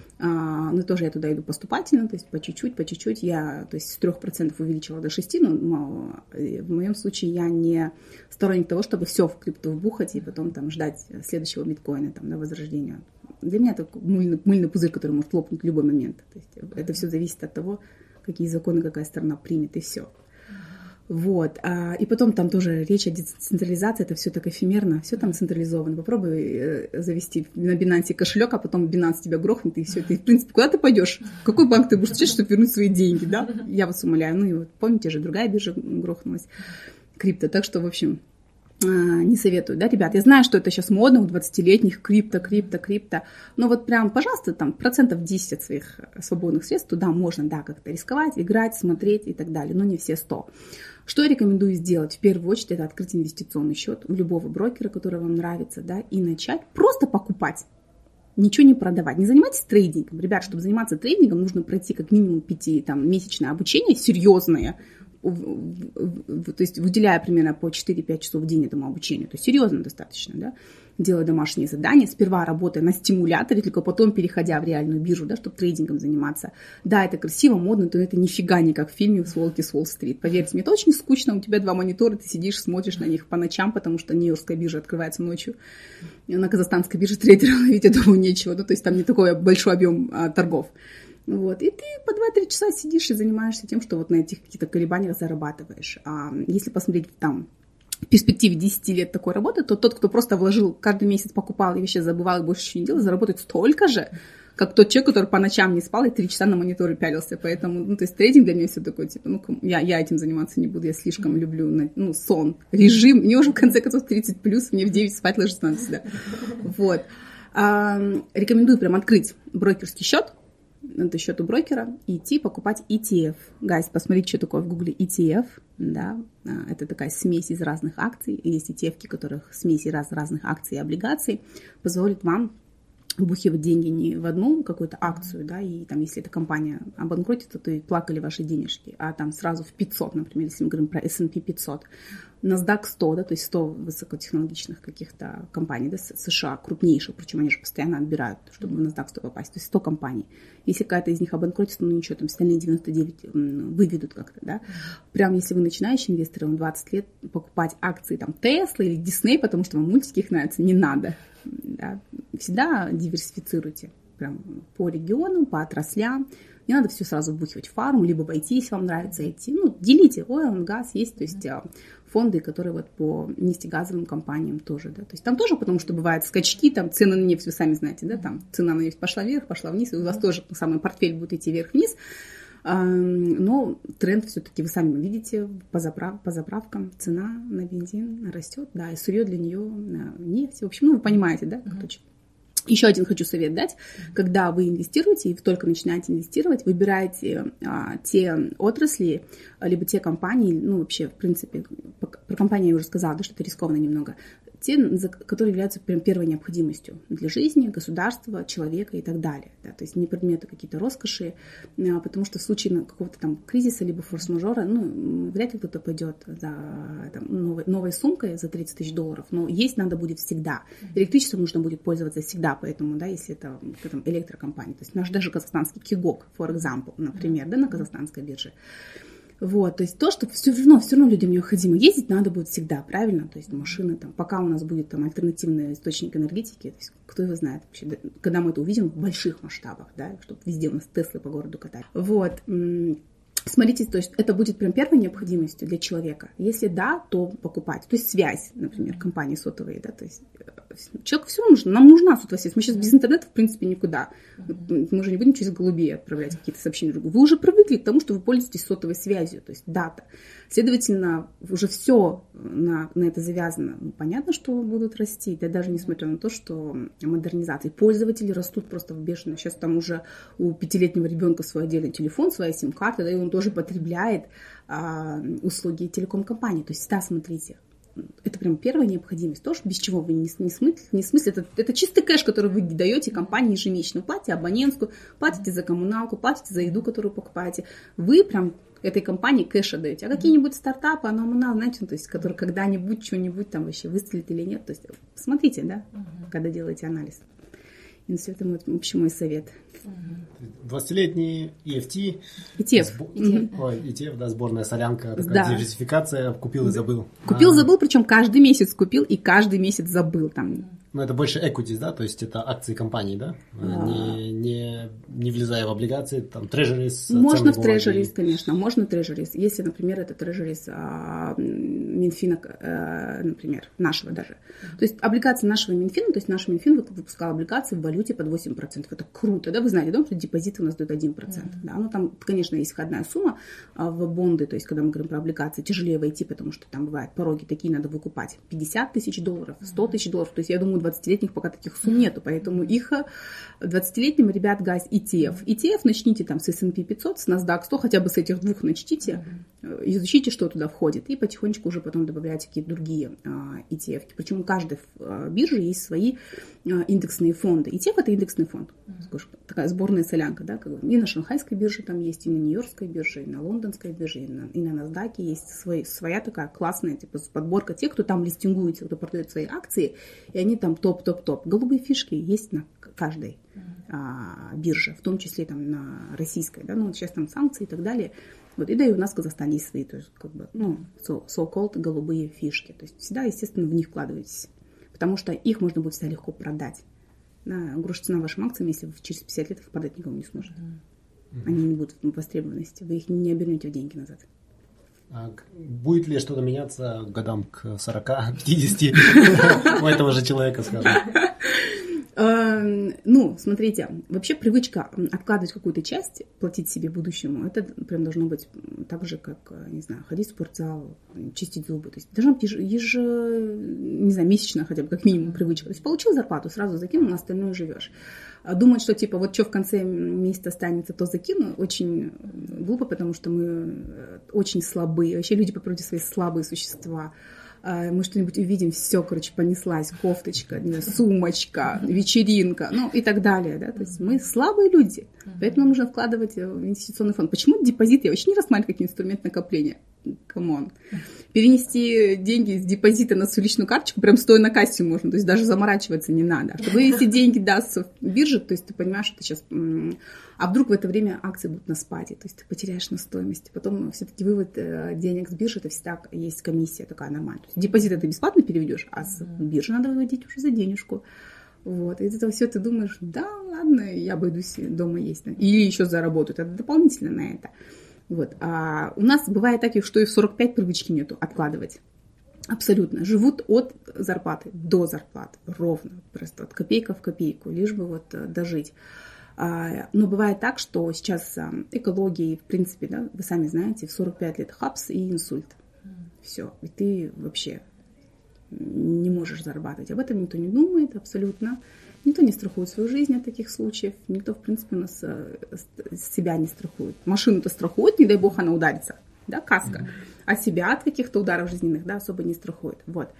Uh, но тоже я туда иду поступательно, то есть по чуть-чуть, по чуть-чуть. Я, то есть с трех процентов увеличила до шести, но мало. В моем случае я не сторонник того, чтобы все в крипту вбухать и потом там ждать следующего биткоина, там, да, возрождения. Для меня это мыльный, мыльный пузырь, который может лопнуть в любой момент. То есть это все зависит от того, какие законы какая страна примет, и все. Вот. И потом там тоже речь о децентрализации, это все так эфемерно, все там централизовано. Попробуй завести на Binance кошелек, а потом Binance тебя грохнет, и все. Ты, в принципе, куда ты пойдешь? В какой банк ты будешь честь, чтобы вернуть свои деньги, да? Я вас умоляю. Ну и вот помните же, другая биржа грохнулась, крипто. Так что, в общем, не советую, да, ребят. Я знаю, что это сейчас модно у двадцатилетних, крипто, крипто, крипто. Но вот прям, пожалуйста, там процентов десять от своих свободных средств туда можно, да, как-то рисковать, играть, смотреть и так далее, но не все сто. Что я рекомендую сделать? В первую очередь, это открыть инвестиционный счет у любого брокера, который вам нравится, да, и начать просто покупать. Ничего не продавать. Не занимайтесь трейдингом. Ребят, чтобы заниматься трейдингом, нужно пройти как минимум пятимесячное обучение, серьезное, то есть выделяя примерно по четыре-пять часов в день этому обучению. То есть серьезно достаточно, да, делая домашние задания, сперва работая на стимуляторе, только потом переходя в реальную биржу, да, чтобы трейдингом заниматься. Да, это красиво, модно, но это нифига не как в фильме «Волки с Уолл-стрит». Поверьте мне, это очень скучно, у тебя два монитора, ты сидишь, смотришь на них по ночам, потому что Нью-Йоркская биржа открывается ночью. На казахстанской бирже трейдера ловить, я думаю, нечего, ну, то есть там не такой большой объем а, торгов. Вот. И ты по два-три часа сидишь и занимаешься тем, что вот на этих каких-то колебаниях зарабатываешь. А если посмотреть там в перспективе десяти лет такой работы, то тот, кто просто вложил, каждый месяц покупал и вообще забывал и больше ничего не делал, заработает столько же, как тот человек, который по ночам не спал и три часа на мониторы пялился. Поэтому, ну, то есть трейдинг для меня все такое, типа, ну, я, я этим заниматься не буду, я слишком люблю, ну, сон, режим. Мне уже, в конце концов, тридцать плюс, мне в девять спать ложиться надо всегда. Вот. А, рекомендую прям открыть брокерский счет. Это счет у брокера, и идти покупать и ти эф. Гайс, посмотрите, что такое в гугле и ти эф. Да? Это такая смесь из разных акций. Есть и ти эф, в которых смесь из разных акций и облигаций позволит вам вбухивать деньги не в одну какую-то акцию, да, и там, если эта компания обанкротится, то и плакали ваши денежки, а там сразу в пятьсот, например, если мы говорим про эс энд пи пятьсот. NASDAQ сто, да, то есть сто высокотехнологичных каких-то компаний, да, США, крупнейших, причем они же постоянно отбирают, чтобы в NASDAQ сто попасть, то есть сто компаний. Если какая-то из них обанкротится, ну ничего, там остальные девяносто девять выведут как-то, да. Прям если вы начинающий инвестор, вам двадцать лет, покупать акции там Tesla или Disney, потому что вам мультики их нравятся, не надо. Да. Всегда диверсифицируйте прям по регионам, по отраслям. Не надо все сразу вбухивать в фарму, либо в ай ти, если вам нравится ай ти. Ну, делите, oil, газ есть, то есть фонды, которые вот по нефтегазовым компаниям тоже, да. То есть там тоже, потому что бывают скачки, там цены на нефть, вы сами знаете, да, там цена на нефть пошла вверх, пошла вниз, и у вас тоже самый портфель будет идти вверх-вниз. Но тренд все-таки вы сами видите, по, заправ, по заправкам цена на бензин растет, да, и сырье для нее нефть. В общем, ну, вы понимаете, да, как точно. Еще один хочу совет дать. Когда вы инвестируете и только начинаете инвестировать, выбирайте а, те отрасли, либо те компании, ну, вообще, в принципе, про компании я уже сказала, да, что это рискованно немного, те, которые являются прям первой необходимостью для жизни, государства, человека и так далее. Да, то есть не предметы какие-то роскоши, потому что в случае какого-то там кризиса либо форс-мажора, ну, вряд ли кто-то пойдет за там, новой, новой сумкой за тридцать тысяч долларов, но есть надо будет всегда. Электричеством нужно будет пользоваться всегда, поэтому, да, если это там, электрокомпания, то есть наш даже казахстанский Кигок, for example, например, да, на казахстанской бирже. Вот, то есть то, что все равно, все равно людям необходимо ездить, надо будет всегда, правильно? То есть машины, там, пока у нас будет там альтернативный источник энергетики, то есть кто его знает вообще, когда мы это увидим в больших масштабах, да, чтобы везде у нас Теслы по городу катать. Вот, смотрите, то есть это будет прям первой необходимостью для человека. Если да, то покупать. То есть связь, например, компании сотовые, да, то есть человеку все нужно, нам нужна сотовая связь. Мы сейчас без интернета, в принципе, никуда. Мы уже не будем через голубей отправлять какие-то сообщения другу. Вы уже привыкли к тому, что вы пользуетесь сотовой связью, то есть дата. Следовательно, уже все на, на это завязано. Понятно, что будут расти, да, даже несмотря на то, что модернизация. Пользователи растут просто в бешено. Сейчас там уже у пятилетнего ребенка свой отдельный телефон, своя сим-карта, да, и он тоже потребляет а, услуги телеком-компании. То есть всегда смотрите. Это прям первая необходимость. То, что без чего вы не, не смыслите. Не смыслите. Это, это чистый кэш, который вы даете компании ежемесячно. Платите абонентскую, платите за коммуналку, платите за еду, которую покупаете. Вы прям этой компании кэш отдаете. А какие-нибудь стартапы, оно, знаете, то есть, которые когда-нибудь что-нибудь там вообще выстрелит или нет. То есть смотрите, да, uh-huh. когда делаете анализ. И все это в общем мой совет. двадцатилетний и эф ти. и ти эф. Сбо... Mm-hmm. Ой, и ти эф, да, сборная солянка, такая да. диверсификация, купил и забыл. Купил, а. забыл, причем каждый месяц купил и каждый месяц забыл. Там Ну, это больше equities, да, то есть это акции компании, да, а... не, не, не влезая в облигации, там, treasuries. Можно в treasuries, конечно, можно treasuries. Если, например, это treasuries а, Минфина, а, например, нашего даже. Mm-hmm. То есть облигации нашего Минфина, то есть наш Минфин выпускал облигации в валюте под восемь процентов. Это круто, да, вы знаете, да, что депозиты у нас дают один процент. Mm-hmm. Да? Ну, там, конечно, есть входная сумма а, в бонды, то есть когда мы говорим про облигации, тяжелее войти, потому что там бывают пороги такие, надо выкупать пятьдесят тысяч долларов, сто тысяч долларов. То есть я думаю, двадцатилетних пока таких сумм нету, поэтому их двадцатилетним ребят гайс и ти эф. и ти эф начните там с эс энд пи пятьсот, с NASDAQ сто, хотя бы с этих двух начните, изучите, что туда входит, и потихонечку уже потом добавляйте какие-то другие а, и ти эф. Причем у каждой а, биржи есть свои а, индексные фонды. и ти эф это индексный фонд, mm-hmm. такая сборная солянка, да, как бы. И на шанхайской бирже там есть, и на нью-йоркской бирже, и на лондонской бирже, и на, и на NASDAQ есть свой, своя такая классная типа подборка тех, кто там листингуется, кто продает свои акции, и они там топ-топ-топ. Голубые фишки есть на каждой а, бирже, в том числе там на российской, да, ну вот сейчас там санкции и так далее. Вот, и да и у нас в Казахстане есть свои, то есть как бы, ну, so-called голубые фишки. То есть всегда, естественно, в них вкладывайтесь, потому что их можно будет всегда легко продать. Да, груша цена вашим акциям, если вы через пятьдесят лет их продать никому не сможет. Mm-hmm. Они не будут в востребованности, вы их не обернете в деньги назад. А будет ли что-то меняться годам к сорока-пятидесяти у этого же человека, скажем? Ну, смотрите, вообще привычка откладывать какую-то часть, платить себе будущему, это прям должно быть так же, как, не знаю, ходить в спортзал, чистить зубы. То есть должна быть еж, еж, не знаю, месячная хотя бы, как минимум, привычка. То есть получил зарплату, сразу закинул, на остальное живешь. Думать, что типа вот что в конце месяца останется, то закину, очень глупо, потому что мы очень слабые. Вообще люди по природе свои слабые существа. Мы что-нибудь увидим, все, короче, понеслась, кофточка, сумочка, вечеринка, ну и так далее, да, то есть мы слабые люди, поэтому нужно вкладывать в инвестиционный фонд. Почему депозит? Я вообще не рассматриваю как инструмент накопления. Камон. Перенести деньги с депозита на свою личную карточку, прям стоя на кассе можно, то есть даже заморачиваться не надо. Чтобы вывести деньги даст в бирже, то есть ты понимаешь, что ты сейчас... А вдруг в это время акции будут на спаде, то есть ты потеряешь на стоимости. Потом все-таки вывод денег с биржи, это всегда есть комиссия такая нормальная. То есть депозит ты бесплатно переведешь, а с биржи надо выводить уже за денежку. Вот. И из этого все ты думаешь, да, ладно, я обойдусь, дома есть. Или еще заработают, это дополнительно на это. Вот. А у нас бывает так, что и в сорок пять привычки нету откладывать. Абсолютно. Живут от зарплаты до зарплаты. Ровно. Просто от копейка в копейку. Лишь бы вот дожить. Но бывает так, что сейчас экология, в принципе, да, вы сами знаете, в сорок пять лет хапс и инсульт. Все. И ты вообще не можешь зарабатывать. Об этом никто не думает абсолютно. Никто не страхует свою жизнь от таких случаев. Никто, в принципе, у нас себя не страхует. Машину-то страхует, не дай бог, она ударится. Да, каска. А себя от каких-то ударов жизненных, да, особо не страхует. Вот.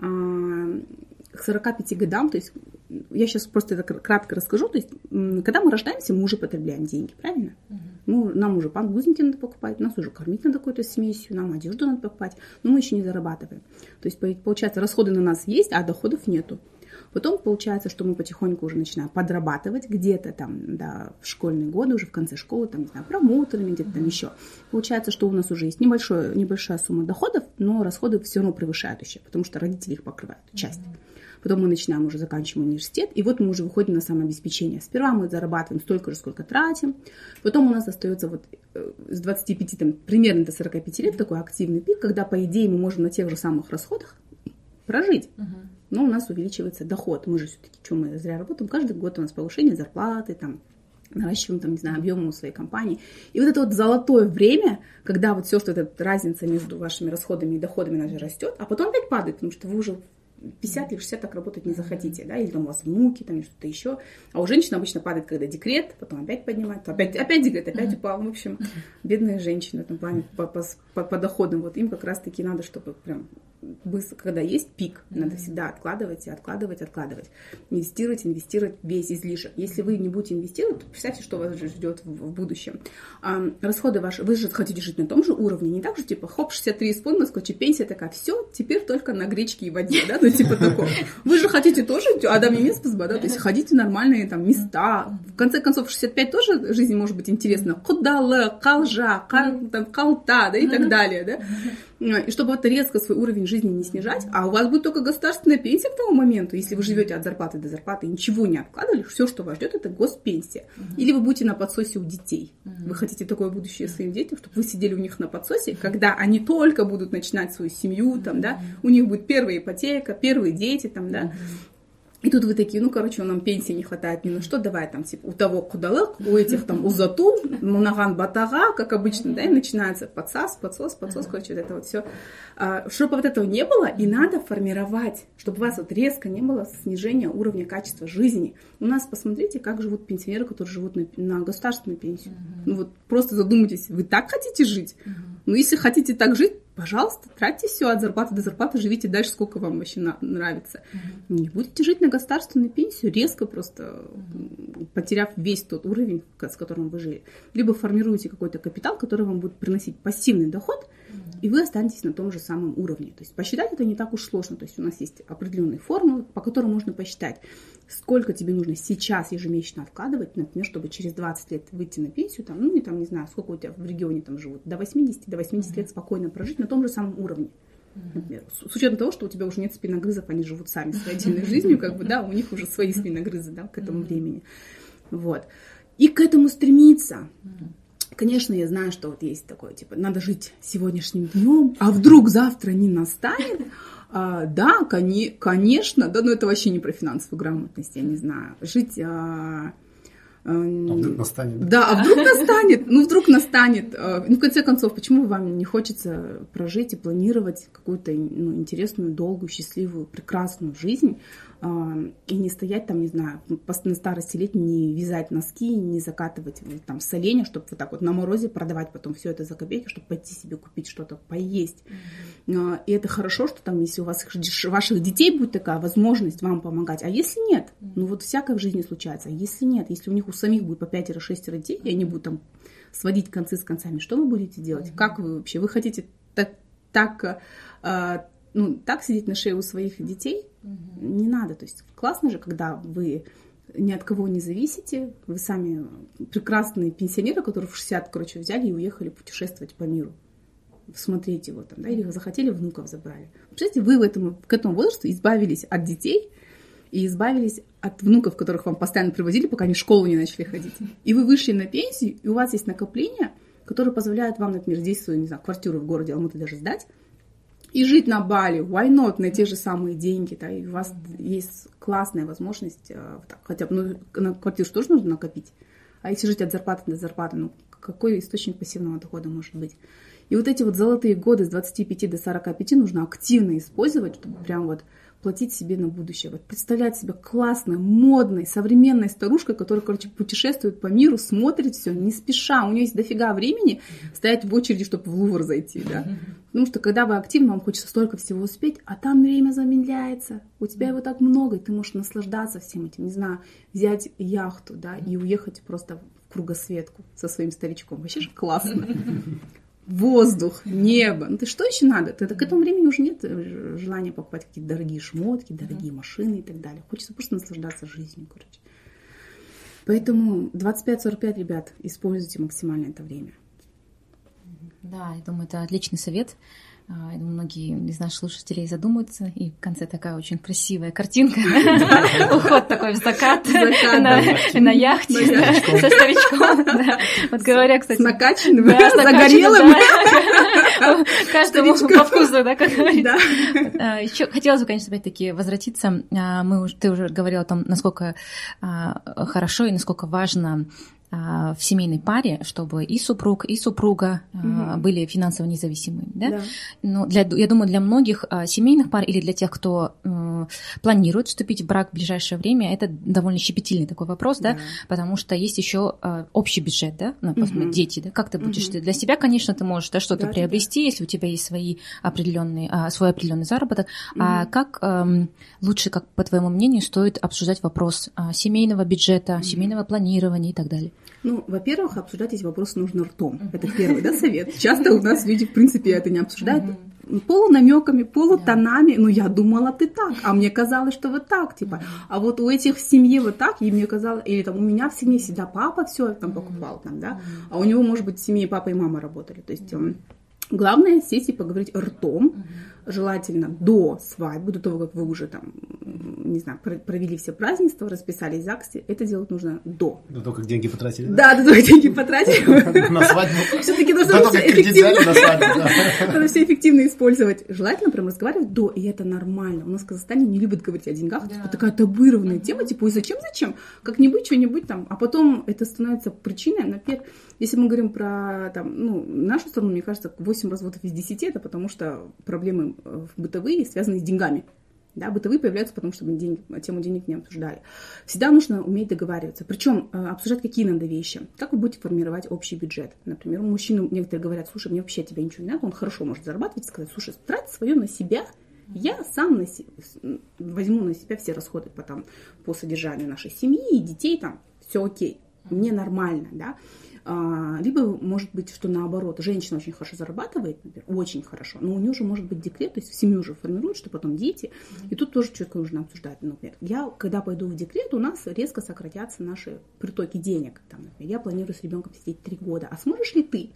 К сорока пяти годам, то есть, я сейчас просто это кратко расскажу, то есть, когда мы рождаемся, мы уже потребляем деньги, правильно? Ну, нам уже подгузники надо покупать, нас уже кормить надо какую-то смесью, нам одежду надо покупать, но мы еще не зарабатываем. То есть, получается, расходы на нас есть, а доходов нету. Потом получается, что мы потихоньку уже начинаем подрабатывать где-то там, да, в школьные годы, уже в конце школы, там, не знаю, промоутерами, где-то там еще. Получается, что у нас уже есть небольшое, небольшая сумма доходов, но расходы все равно превышают еще, потому что родители их покрывают, часть. Потом мы начинаем уже заканчиваем университет, и вот мы уже выходим на самообеспечение. Сперва мы зарабатываем столько же, сколько тратим. Потом у нас остается вот с двадцати пяти, там, примерно до сорока пяти лет такой активный пик, когда, по идее, мы можем на тех же самых расходах прожить. Но у нас увеличивается доход. Мы же все-таки, что мы зря работаем, каждый год у нас повышение зарплаты, там, наращиваем, там, не знаю, объемы у своей компании. И вот это вот золотое время, когда вот все, что эта разница между вашими расходами и доходами, она же растет, а потом опять падает, потому что вы уже пятьдесят или шестьдесят так работать не захотите, да, или там у вас внуки, там, или что-то еще. А у женщин обычно падает, когда декрет, потом опять поднимает, опять, опять декрет, опять упал. В общем, бедные женщины в этом плане по, по, по, по доходам, вот им как раз-таки надо, чтобы прям быстро, когда есть пик, надо всегда откладывать и откладывать, откладывать. Инвестировать, инвестировать весь излишек. Если вы не будете инвестировать, то представьте, что вас ждет в, в будущем. А, расходы ваши, вы же хотите жить на том же уровне, не так же, типа, хоп, шестьдесят три исполнилось, сколько пенсия такая, все, теперь только на гречке и воде, да, ну, типа такого. Вы же хотите тоже, Адам и место, да, то есть ходите в нормальные там места. В конце концов, в шестьдесят пять тоже жизнь может быть интересна. Кудалы, калжа, калта, да, и так далее, да. и чтобы это резко свой уровень жизни не снижать, а у вас будет только государственная пенсия к тому моменту, если вы живете от зарплаты до зарплаты и ничего не откладывали, все, что вас ждет, это госпенсия. Uh-huh. Или вы будете на подсосе у детей. Uh-huh. Вы хотите такое будущее своим детям, чтобы вы сидели у них на подсосе, когда они только будут начинать свою семью, там, да, у них будет первая ипотека, первые дети, там, да. И тут вы такие, ну, короче, нам пенсии не хватает ни на что, давай там, типа, у того кудалык, у этих там узату, мунаган батага, как обычно, да, и начинается подсос, подсос, подсос, короче, вот это вот все. А, чтобы вот этого не было, и надо формировать, чтобы у вас вот резко не было снижения уровня качества жизни. У нас, посмотрите, как живут пенсионеры, которые живут на, на государственную пенсию. Uh-huh. Ну вот просто задумайтесь, вы так хотите жить? Uh-huh. Ну, если хотите так жить, пожалуйста, тратьте все от зарплаты до зарплаты, живите дальше, сколько вам вообще на, нравится. Uh-huh. Не будете жить на государственную пенсию, резко просто uh-huh. потеряв весь тот уровень, с которым вы жили. Либо формируете какой-то капитал, который вам будет приносить пассивный доход, uh-huh. и вы останетесь на том же самом уровне. То есть посчитать это не так уж сложно. То есть у нас есть определенные формулы, по которым можно посчитать, сколько тебе нужно сейчас ежемесячно откладывать, например, чтобы через двадцать лет выйти на пенсию, там, ну, и там, не знаю, сколько у тебя в регионе там живут, до восьмидесяти, до восьмидесяти mm-hmm. лет спокойно прожить на том же самом уровне. Например, с, с учетом того, что у тебя уже нет спиногрызов, они живут сами своей отдельной жизнью, как бы, да, у них уже свои спиногрызы, да, к этому времени. Вот. И к этому стремиться. Конечно, я знаю, что вот есть такое, типа, надо жить сегодняшним днем, а вдруг завтра не настанет. А, да, кони, конечно, да, но это вообще не про финансовую грамотность, я не знаю. Жить... А, а, а вдруг настанет. Да, а вдруг настанет, ну вдруг настанет. Ну, в конце концов, почему вам не хочется прожить и планировать какую-то, ну, интересную, долгую, счастливую, прекрасную жизнь, и не стоять там, не знаю, на старости лет не вязать носки, не закатывать там соленья, чтобы вот так вот на морозе продавать потом все это за копейки, чтобы пойти себе купить что-то поесть. Mm-hmm. И это хорошо, что там, если у вас ваших детей будет такая возможность вам помогать. А если нет? Mm-hmm. Ну вот всякое в жизни случается. А если нет? Если у них у самих будет по пятеро-шестеро детей, и они будут там сводить концы с концами, что вы будете делать? Mm-hmm. Как вы вообще? Вы хотите так... так ну, так сидеть на шее у своих детей угу. не надо. То есть классно же, когда вы ни от кого не зависите, вы сами прекрасные пенсионеры, которые в шестьдесят, короче, взяли и уехали путешествовать по миру. Смотреть его там, да, или захотели, внуков забрали. Представляете, вы в этом, к этому возрасту избавились от детей и избавились от внуков, которых вам постоянно привозили, пока они в школу не начали ходить. И вы вышли на пенсию, и у вас есть накопления, которые позволяют вам, например, здесь свою, не знаю, квартиру в городе Алматы даже сдать, и жить на Бали, why not, на те же самые деньги, да, и у вас есть классная возможность, хотя бы, ну, на квартиру тоже нужно накопить, а если жить от зарплаты до зарплаты, ну, какой источник пассивного дохода может быть? И вот эти вот золотые годы с двадцати пяти до сорока пяти нужно активно использовать, чтобы прям вот платить себе на будущее. Вот представлять себя классной, модной, современной старушкой, которая, короче, путешествует по миру, смотрит все, не спеша. У нее есть дофига времени стоять в очереди, чтобы в Лувр зайти, да. Потому что когда вы активны, вам хочется столько всего успеть, а там время замедляется. У тебя его так много, и ты можешь наслаждаться всем этим. Не знаю, взять яхту, да, и уехать просто в кругосветку со своим старичком. Вообще же классно. Воздух, небо. Ну, ты что еще надо? Ты, к этому времени уже нет желания покупать какие-то дорогие шмотки, дорогие машины и так далее. Хочется просто наслаждаться жизнью, короче. Поэтому двадцать пять сорок пять, ребят, используйте максимально это время. Да, я думаю, это отличный совет. Я думаю, многие из наших слушателей задумаются, и в конце такая очень красивая картинка. Уход такой в закат на яхте со старичком. Вот говоря, кстати... С накачанным, загорелым. Каждому по вкусу, да, как говорится. Еще хотелось бы, конечно, опять-таки возвратиться. Ты уже говорила о том, насколько хорошо и насколько важно в семейной паре, чтобы и супруг, и супруга угу. были финансово независимыми. Да? Да. Но для, я думаю, для многих семейных пар или для тех, кто э, планирует вступить в брак в ближайшее время, это довольно щепетильный такой вопрос, да? Да? Потому что есть еще э, общий бюджет, да? Ну, угу. дети, да? Как ты будешь? Угу. Для себя, конечно, ты можешь да, что-то да, приобрести, да. если у тебя есть свои определенные, а, свой определенный заработок. Угу. А как э, лучше, как по твоему мнению, стоит обсуждать вопрос а, семейного бюджета, угу. семейного планирования и так далее? Ну, во-первых, обсуждать эти вопросы нужно ртом. Это первый, да, совет. Часто у нас люди, в принципе, это не обсуждают. Полунамеками, полутонами. Ну, я думала, ты так, а мне казалось, что вот так, типа. А вот у этих в семье вот так, и мне казалось, или там у меня в семье всегда папа все там покупал, там, да, а у него, может быть, в семье папа и мама работали. То есть Главное сесть и поговорить ртом, uh-huh. желательно до свадьбы, до того, как вы уже там, не знаю, провели все празднества, расписались в ЗАГСе. Это делать нужно до. До того, как деньги потратили? Да, до того, как деньги потратили. На свадьбу? Все-таки нужно все эффективно. Надо все эффективно использовать. Желательно прям разговаривать до, и это нормально. У нас в Казахстане не любят говорить о деньгах. Типа такая табуированная тема, типа, и зачем, зачем? Как-нибудь, что-нибудь там. А потом это становится причиной, например, если мы говорим про там, ну, нашу страну, мне кажется, восемь разводов из десяти, это потому что проблемы бытовые связаны с деньгами. Да, бытовые появляются, потому что мы деньги, тему денег не обсуждали. Всегда нужно уметь договариваться. Причем обсуждать какие надо вещи. Как вы будете формировать общий бюджет. Например, мужчины некоторые говорят, слушай, мне вообще тебе ничего не надо, он хорошо может зарабатывать и сказать, слушай, трать свое на себя, я сам на себя, возьму на себя все расходы по, там, по содержанию нашей семьи и детей, там, все окей, мне нормально, да. Либо, может быть, что наоборот, женщина очень хорошо зарабатывает, например, очень хорошо, но у нее уже может быть декрет, то есть семью уже формирует, что потом дети. И тут тоже четко нужно обсуждать. Например, я, когда пойду в декрет, у нас резко сократятся наши притоки денег. Там, например, я планирую с ребенком сидеть три года. А сможешь ли ты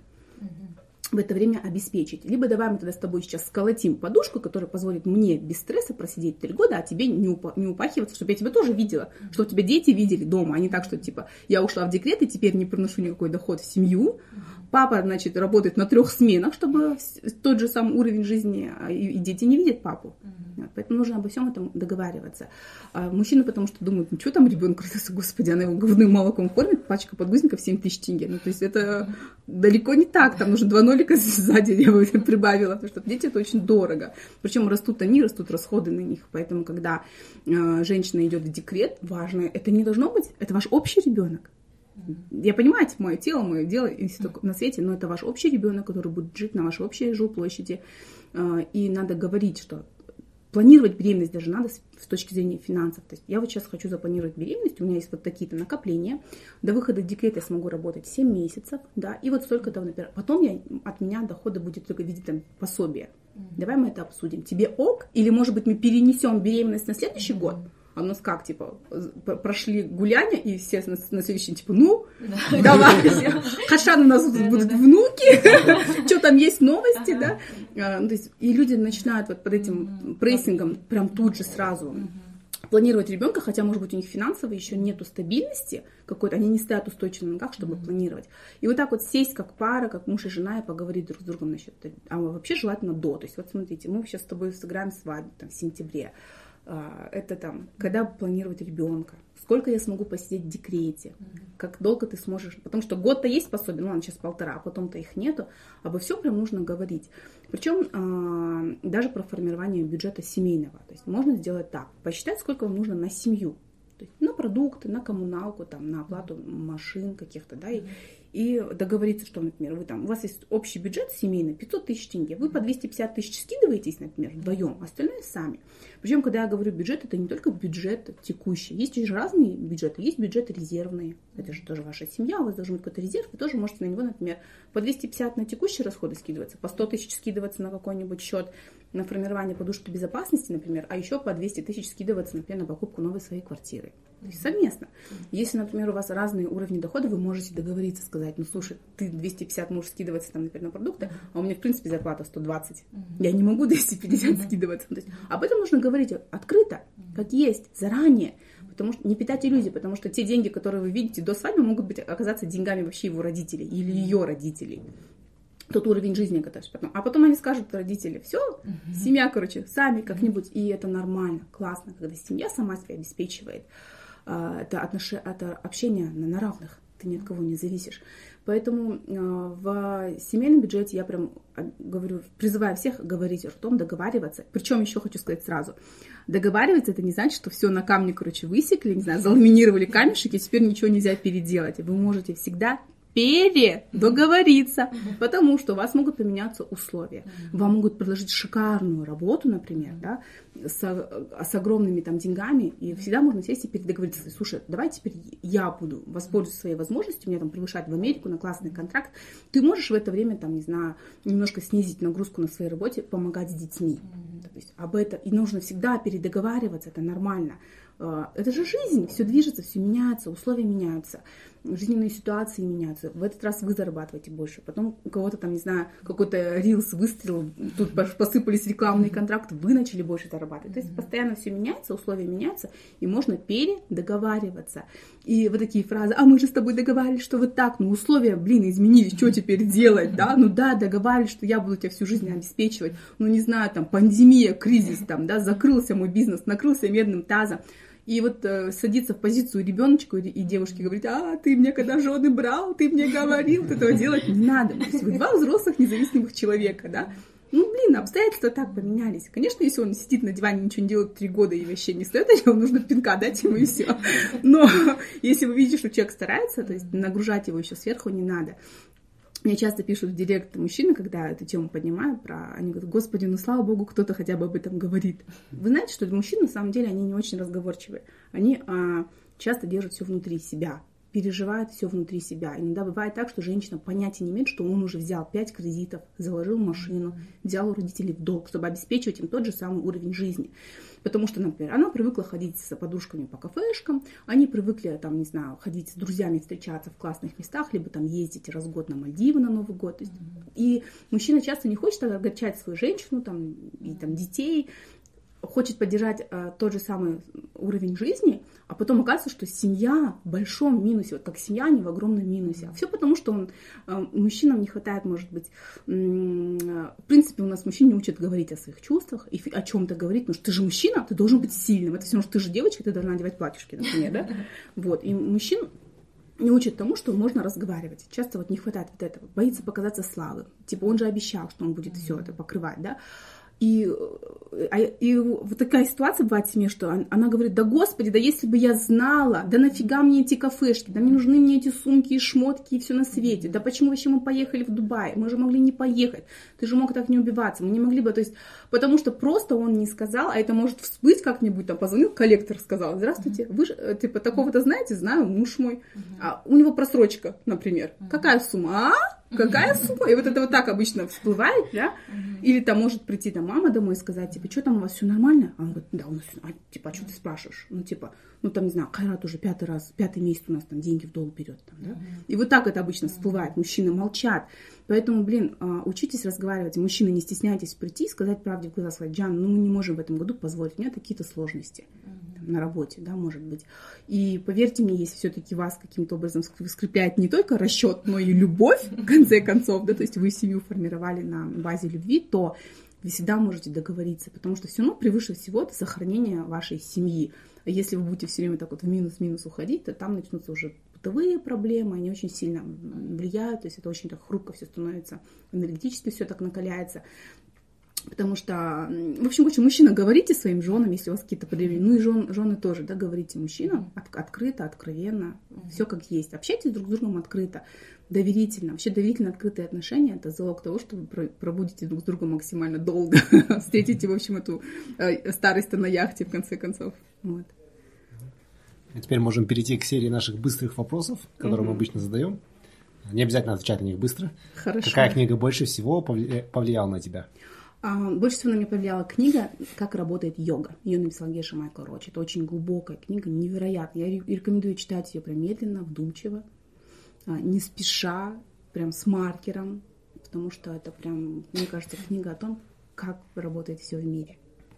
в это время обеспечить? Либо давай мы тогда с тобой сейчас сколотим подушку, которая позволит мне без стресса просидеть три года, а тебе не, упа- не упахиваться, чтобы я тебя тоже видела, mm-hmm. чтобы тебя дети видели дома, а не так, что типа я ушла в декрет и теперь не приношу никакой доход в семью. Mm-hmm. Папа, значит, работает на трех сменах, чтобы тот же самый уровень жизни, и, и дети не видят папу. Mm-hmm. Вот, поэтому нужно обо всем этом договариваться. А мужчины потому что думают, ну что там ребенок родился, господи, она его говным молоком кормит, пачка подгузников семь тысяч тенге. Ну, то есть это mm-hmm. далеко не так, там нужно два нолика сзади я бы прибавила, потому что дети это очень дорого. Причем растут они, растут расходы на них. Поэтому, когда э, женщина идет в декрет, важно, это не должно быть, это ваш общий ребенок. Я понимаю, это мое тело, мое дело и все на свете, но это ваш общий ребенок, который будет жить на вашей общей жилплощади. Э, и надо говорить, что планировать беременность даже надо с, с точки зрения финансов. То есть я вот сейчас хочу запланировать беременность, у меня есть вот такие-то накопления. До выхода в декрет я смогу работать семь месяцев, да, и вот столько-то, например. Потом я, от меня дохода будет только в виде там, пособия. Mm-hmm. Давай мы это обсудим. Тебе ок? Или, может быть, мы перенесем беременность на следующий mm-hmm. год? А у нас как, типа, прошли гуляния, и все на, на следующий день, типа, ну, давай, Хашан, у нас будут внуки, что там есть новости, да? То есть, и люди начинают вот под этим прессингом прям тут же сразу планировать ребенка, хотя, может быть, у них финансово еще нету стабильности какой-то, они не стоят устойчиво на ногах, чтобы планировать. И вот так вот сесть как пара, как муж и жена, и поговорить друг с другом насчет, а вообще желательно до. То есть, вот смотрите, мы сейчас с тобой сыграем свадьбу там, в сентябре. Это там, когда планировать ребенка, сколько я смогу посидеть в декрете, mm-hmm. как долго ты сможешь, потому что год-то есть пособие, ну ладно, сейчас полтора, а потом-то их нету, обо всем прям нужно говорить. Причем а, даже про формирование бюджета семейного, то есть можно сделать так, посчитать, сколько вам нужно на семью, то есть на продукты, на коммуналку, там, на оплату машин каких-то, да, и, и договориться, что, например, вы там, у вас есть общий бюджет семейный, пятьсот тысяч тенге, вы по двести пятьдесят тысяч скидываетесь, например, вдвоем, остальное сами. Причем, когда я говорю бюджет, это не только бюджет текущий, есть же разные бюджеты, есть бюджеты резервные, это же тоже ваша семья, у вас должен быть какой-то резерв, вы тоже можете на него, например, по двести пятьдесят на текущие расходы скидываться, по сто тысяч скидываться на какой-нибудь счет, на формирование подушки безопасности, например, а еще по двести тысяч скидываться, например, на покупку новой своей квартиры. То есть совместно. Если, например, у вас разные уровни дохода, вы можете договориться, сказать, ну, слушай, ты двести пятьдесят можешь скидываться, там, например, на продукты, а у меня, в принципе, зарплата сто двадцать. Я не могу двести пятьдесят скидываться. То есть об этом нужно говорить открыто, как есть, заранее. Потому что не питать иллюзий, потому что те деньги, которые вы видите до свадьбы, могут быть оказаться деньгами вообще его родителей или ее родителей. Тот уровень жизни, который потом. А потом они скажут, родители, все, uh-huh. семья, короче, сами как-нибудь. И это нормально, классно, когда семья сама себя обеспечивает. Это, отнош... это общение на равных, ты ни от кого не зависишь. Поэтому в семейном бюджете я прям говорю, призываю всех говорить ртом, договариваться. Причем еще хочу сказать сразу, договариваться это не значит, что все на камне, короче, высекли, не знаю, заламинировали камешек, и теперь ничего нельзя переделать. Вы можете всегда передоговориться, mm-hmm. потому что у вас могут поменяться условия. Mm-hmm. Вам могут предложить шикарную работу, например, да, с, с огромными там деньгами, и всегда можно сесть и передоговориться. Слушай, давай теперь я буду воспользоваться своей возможностью, меня там приглашать в Америку на классный контракт. Ты можешь в это время, там, не знаю, немножко снизить нагрузку на своей работе, помогать с детьми. Mm-hmm. То есть об этом и нужно всегда передоговариваться, это нормально. Это же жизнь, все движется, все меняется, условия меняются, жизненные ситуации меняются. В этот раз вы зарабатываете больше, потом у кого-то там, не знаю, какой-то рилс выстрелил, тут посыпались рекламные контракты, вы начали больше зарабатывать. То есть постоянно все меняется, условия меняются, и можно передоговариваться. И вот такие фразы: а мы же с тобой договаривались, что вот так, ну условия, блин, изменились, что теперь делать, да? Ну да, договаривались, что я буду тебя всю жизнь обеспечивать, ну не знаю, там пандемия, кризис, там, да, закрылся мой бизнес, накрылся медным тазом. И вот э, садиться в позицию ребеночка и девушки говорит: а, ты мне когда жены брал, ты мне говорил, вот этого делать не надо. То есть вы два взрослых независимых человека, да. Ну, блин, обстоятельства так поменялись. Конечно, если он сидит на диване, ничего не делает три года и вообще не стоит, вам нужно пинка дать ему и все. Но если вы видите, что человек старается, то есть нагружать его еще сверху не надо. Мне часто пишут в директ мужчины, когда эту тему поднимаю, про... они говорят: господи, ну слава богу, кто-то хотя бы об этом говорит. Вы знаете, что мужчины на самом деле они не очень разговорчивые. Они а, часто держат все внутри себя, переживают все внутри себя. Иногда бывает так, что женщина понятия не имеет, что он уже взял пять кредитов, заложил машину, взял у родителей в долг, чтобы обеспечивать им тот же самый уровень жизни. Потому что, например, она привыкла ходить с подружками по кафешкам, они привыкли, там, не знаю, ходить с друзьями, встречаться в классных местах, либо там ездить раз в год на Мальдивы на Новый год. То есть, и мужчина часто не хочет огорчать свою женщину там, и там, детей, хочет поддержать а, тот же самый уровень жизни, а потом оказывается, что семья в большом минусе, вот как семья, не в огромном минусе. А все потому, что он, а, мужчинам не хватает, может быть, м- в принципе, у нас мужчин не учат говорить о своих чувствах и о чем-то говорить, потому что ты же мужчина, ты должен быть сильным. Это все равно, что ты же девочка, ты должна одевать платьишки, например, да? Вот, и мужчин не учат тому, что можно разговаривать. Часто вот не хватает вот этого, боится показаться слабым. Типа он же обещал, что он будет все это покрывать, да? И, и вот такая ситуация бывает в семье, что она говорит: да господи, да если бы я знала, да нафига мне эти кафешки, да не нужны мне эти сумки и шмотки и все на свете, да почему вообще мы поехали в Дубай, мы же могли не поехать, ты же мог так не убиваться, мы не могли бы, то есть, потому что просто он не сказал, а это может всплыть как-нибудь, там позвонил коллектор, сказал: здравствуйте, вы же, типа, такого-то знаете, знаю, муж мой, а у него просрочка, например, какая сумма, а? Какая сумма? И вот это вот так обычно всплывает, да? Или там может прийти там мама домой и сказать, типа: что там у вас все нормально? А он говорит: да, у нас все, а, типа, а что ты спрашиваешь? Ну, типа, ну там, не знаю, Кайрат уже пятый раз, пятый месяц у нас там деньги в долг берет, там, да? И вот так это обычно всплывает, мужчины молчат. Поэтому, блин, учитесь разговаривать, мужчины, не стесняйтесь прийти и сказать правде в глаза, сказать: Джан, ну мы не можем в этом году позволить, у меня какие-то сложности на работе, да, может быть. И поверьте мне, если все-таки вас каким-то образом скрепляет не только расчет, но и любовь, в конце концов, да, то есть вы семью формировали на базе любви, то вы всегда можете договориться, потому что все равно превыше всего это сохранение вашей семьи. А если вы будете все время так вот в минус-минус уходить, то там начнутся уже бытовые проблемы, они очень сильно влияют, то есть это очень так хрупко все становится, энергетически все так накаляется. Потому что, в общем, очень мужчина, говорите своим женам, если у вас какие-то проблемы. Ну и жен, жены тоже, да, говорите мужчинам от, открыто, откровенно, mm-hmm. все как есть. Общайтесь друг с другом открыто, доверительно. Вообще доверительно открытые отношения – это залог того, что вы пробудете друг с другом максимально долго. Встретите, в общем, эту старость на яхте, в конце концов. Вот. А теперь можем перейти к серии наших быстрых вопросов, которые mm-hmm. мы обычно задаем. Не обязательно отвечать на них быстро. Хорошо. Какая книга больше всего повлияла на тебя? Больше всего на меня повлияла книга «Как работает йога». Ее написал Геша Майкл Роч. Это очень глубокая книга, невероятная. Я рекомендую читать ее прям медленно, вдумчиво, не спеша, прям с маркером, потому что это прям, мне кажется, книга о том, как работает все в мире.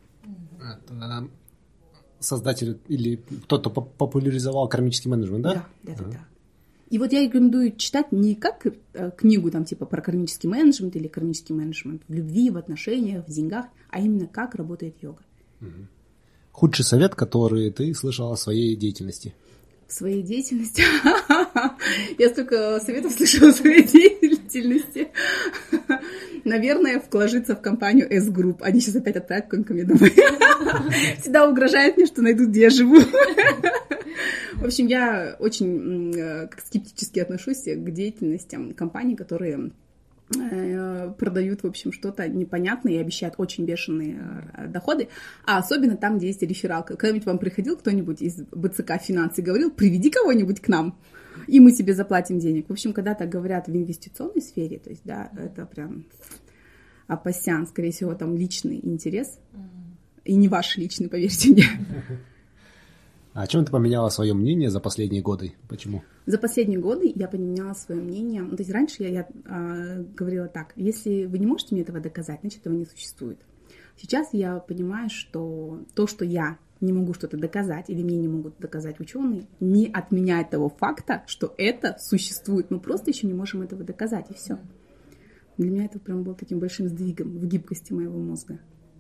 Создатель или кто-то популяризовал кармический менеджмент, да? Да, да, да, да. И вот я рекомендую читать не как книгу там типа про кармический менеджмент или кармический менеджмент в любви, в отношениях, в деньгах, а именно как работает йога. Угу. Худший совет, который ты слышал о своей деятельности? В своей деятельности? Я столько советов слышала о своей деятельности. Наверное, вложиться в компанию S-Group. Они сейчас опять отправят ко мне домой. Всегда угрожают мне, что найдут, где я живу. В общем, я очень как скептически отношусь к деятельностям компаний, которые продают, в общем, что-то непонятное и обещают очень бешеные доходы, а особенно там, где есть рефералка. Когда-нибудь вам приходил кто-нибудь из БЦК «Финансы» и говорил: приведи кого-нибудь к нам, и мы тебе заплатим денег. В общем, когда так говорят в инвестиционной сфере, то есть, да, это прям апасян, скорее всего, там личный интерес, и не ваш личный, поверьте мне. А о чем ты поменяла свое мнение за последние годы? Почему? За последние годы я поменяла свое мнение. Ну, то есть раньше я, я а, говорила так: если вы не можете мне этого доказать, значит, этого не существует. Сейчас я понимаю, что то, что я не могу что-то доказать, или мне не могут доказать ученые, не отменяет того факта, что это существует. Мы просто еще не можем этого доказать, и все. Для меня это прям было таким большим сдвигом в гибкости моего мозга.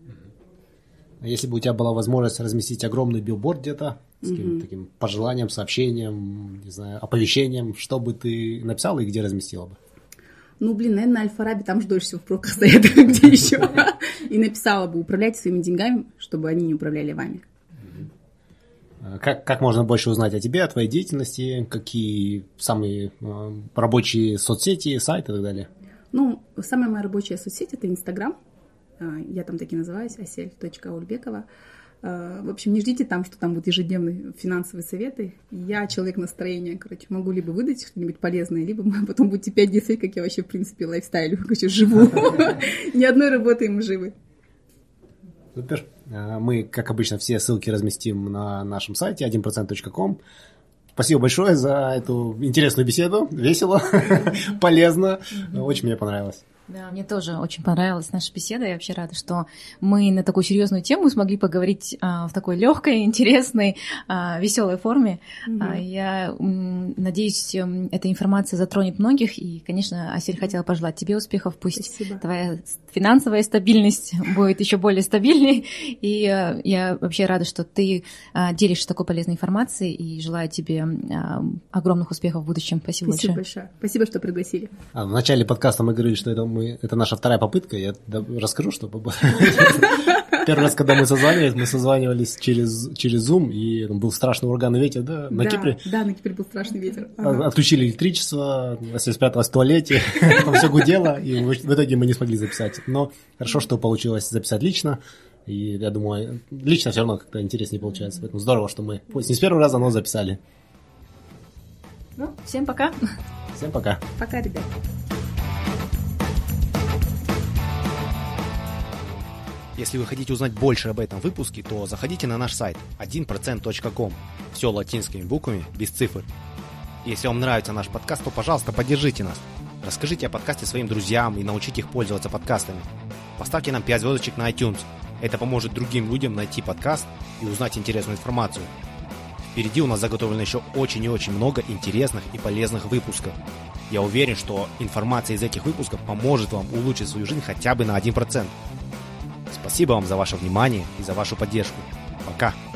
А если бы у тебя была возможность разместить огромный билборд где-то с каким-то таким пожеланием, сообщением, не знаю, оповещением, что бы ты написала и где разместила бы? Ну, блин, наверное, на Аль-Фараби там же дольше всего в пробках стоят, где еще. И написала бы: управляйте своими деньгами, чтобы они не управляли вами. Как, как можно больше узнать о тебе, о твоей деятельности, какие самые э, рабочие соцсети, сайты и так далее? Ну, самая моя рабочая соцсеть – это Инстаграм. Я там таки называюсь, асель точка ульбекова. В общем, не ждите там, что там будут ежедневные финансовые советы. Я человек настроения, короче, могу либо выдать что-нибудь полезное, либо потом будете пять дней, как я вообще, в принципе, лайфстайлю, короче, живу. Ни одной работы мы живы. Супер. Мы, как обычно, все ссылки разместим на нашем сайте один процент точка ком. Спасибо большое за эту интересную беседу. Весело, полезно. Очень мне понравилось. Да, мне тоже очень понравилась наша беседа. Я вообще рада, что мы на такую серьезную тему смогли поговорить а, в такой легкой, интересной, а, веселой форме. Mm-hmm. А, я м, надеюсь, эта информация затронет многих. И, конечно, Асель хотела пожелать тебе успехов. Пусть Спасибо. Твоя финансовая стабильность будет еще более стабильной. И а, я вообще рада, что ты а, делишься такой полезной информацией. И желаю тебе а, огромных успехов в будущем. Спасибо, Спасибо большое. большое. Спасибо, что пригласили. А, в начале подкаста мы говорили, что это Мы, это наша вторая попытка. Я расскажу, что первый раз, когда мы созванивались, мы созванивались через, через Zoom, и был страшный ураганный ветер, да, на да, Кипре. Да, на Кипре был страшный ветер. Ага. Отключили электричество, Вася спряталась в туалете, там все гудело, и в итоге мы не смогли записать. Но хорошо, что получилось записать лично, и я думаю, лично все равно как-то интереснее получается. Поэтому здорово, что мы, пусть не с первого раза, но записали. Ну, всем пока. Всем пока. Пока, ребят. Если вы хотите узнать больше об этом выпуске, то заходите на наш сайт один процент точка ком. Все латинскими буквами, без цифр. Если вам нравится наш подкаст, то, пожалуйста, поддержите нас. Расскажите о подкасте своим друзьям и научите их пользоваться подкастами. Поставьте нам пять звездочек на iTunes. Это поможет другим людям найти подкаст и узнать интересную информацию. Впереди у нас заготовлено еще очень и очень много интересных и полезных выпусков. Я уверен, что информация из этих выпусков поможет вам улучшить свою жизнь хотя бы на один процент. Спасибо вам за ваше внимание и за вашу поддержку. Пока!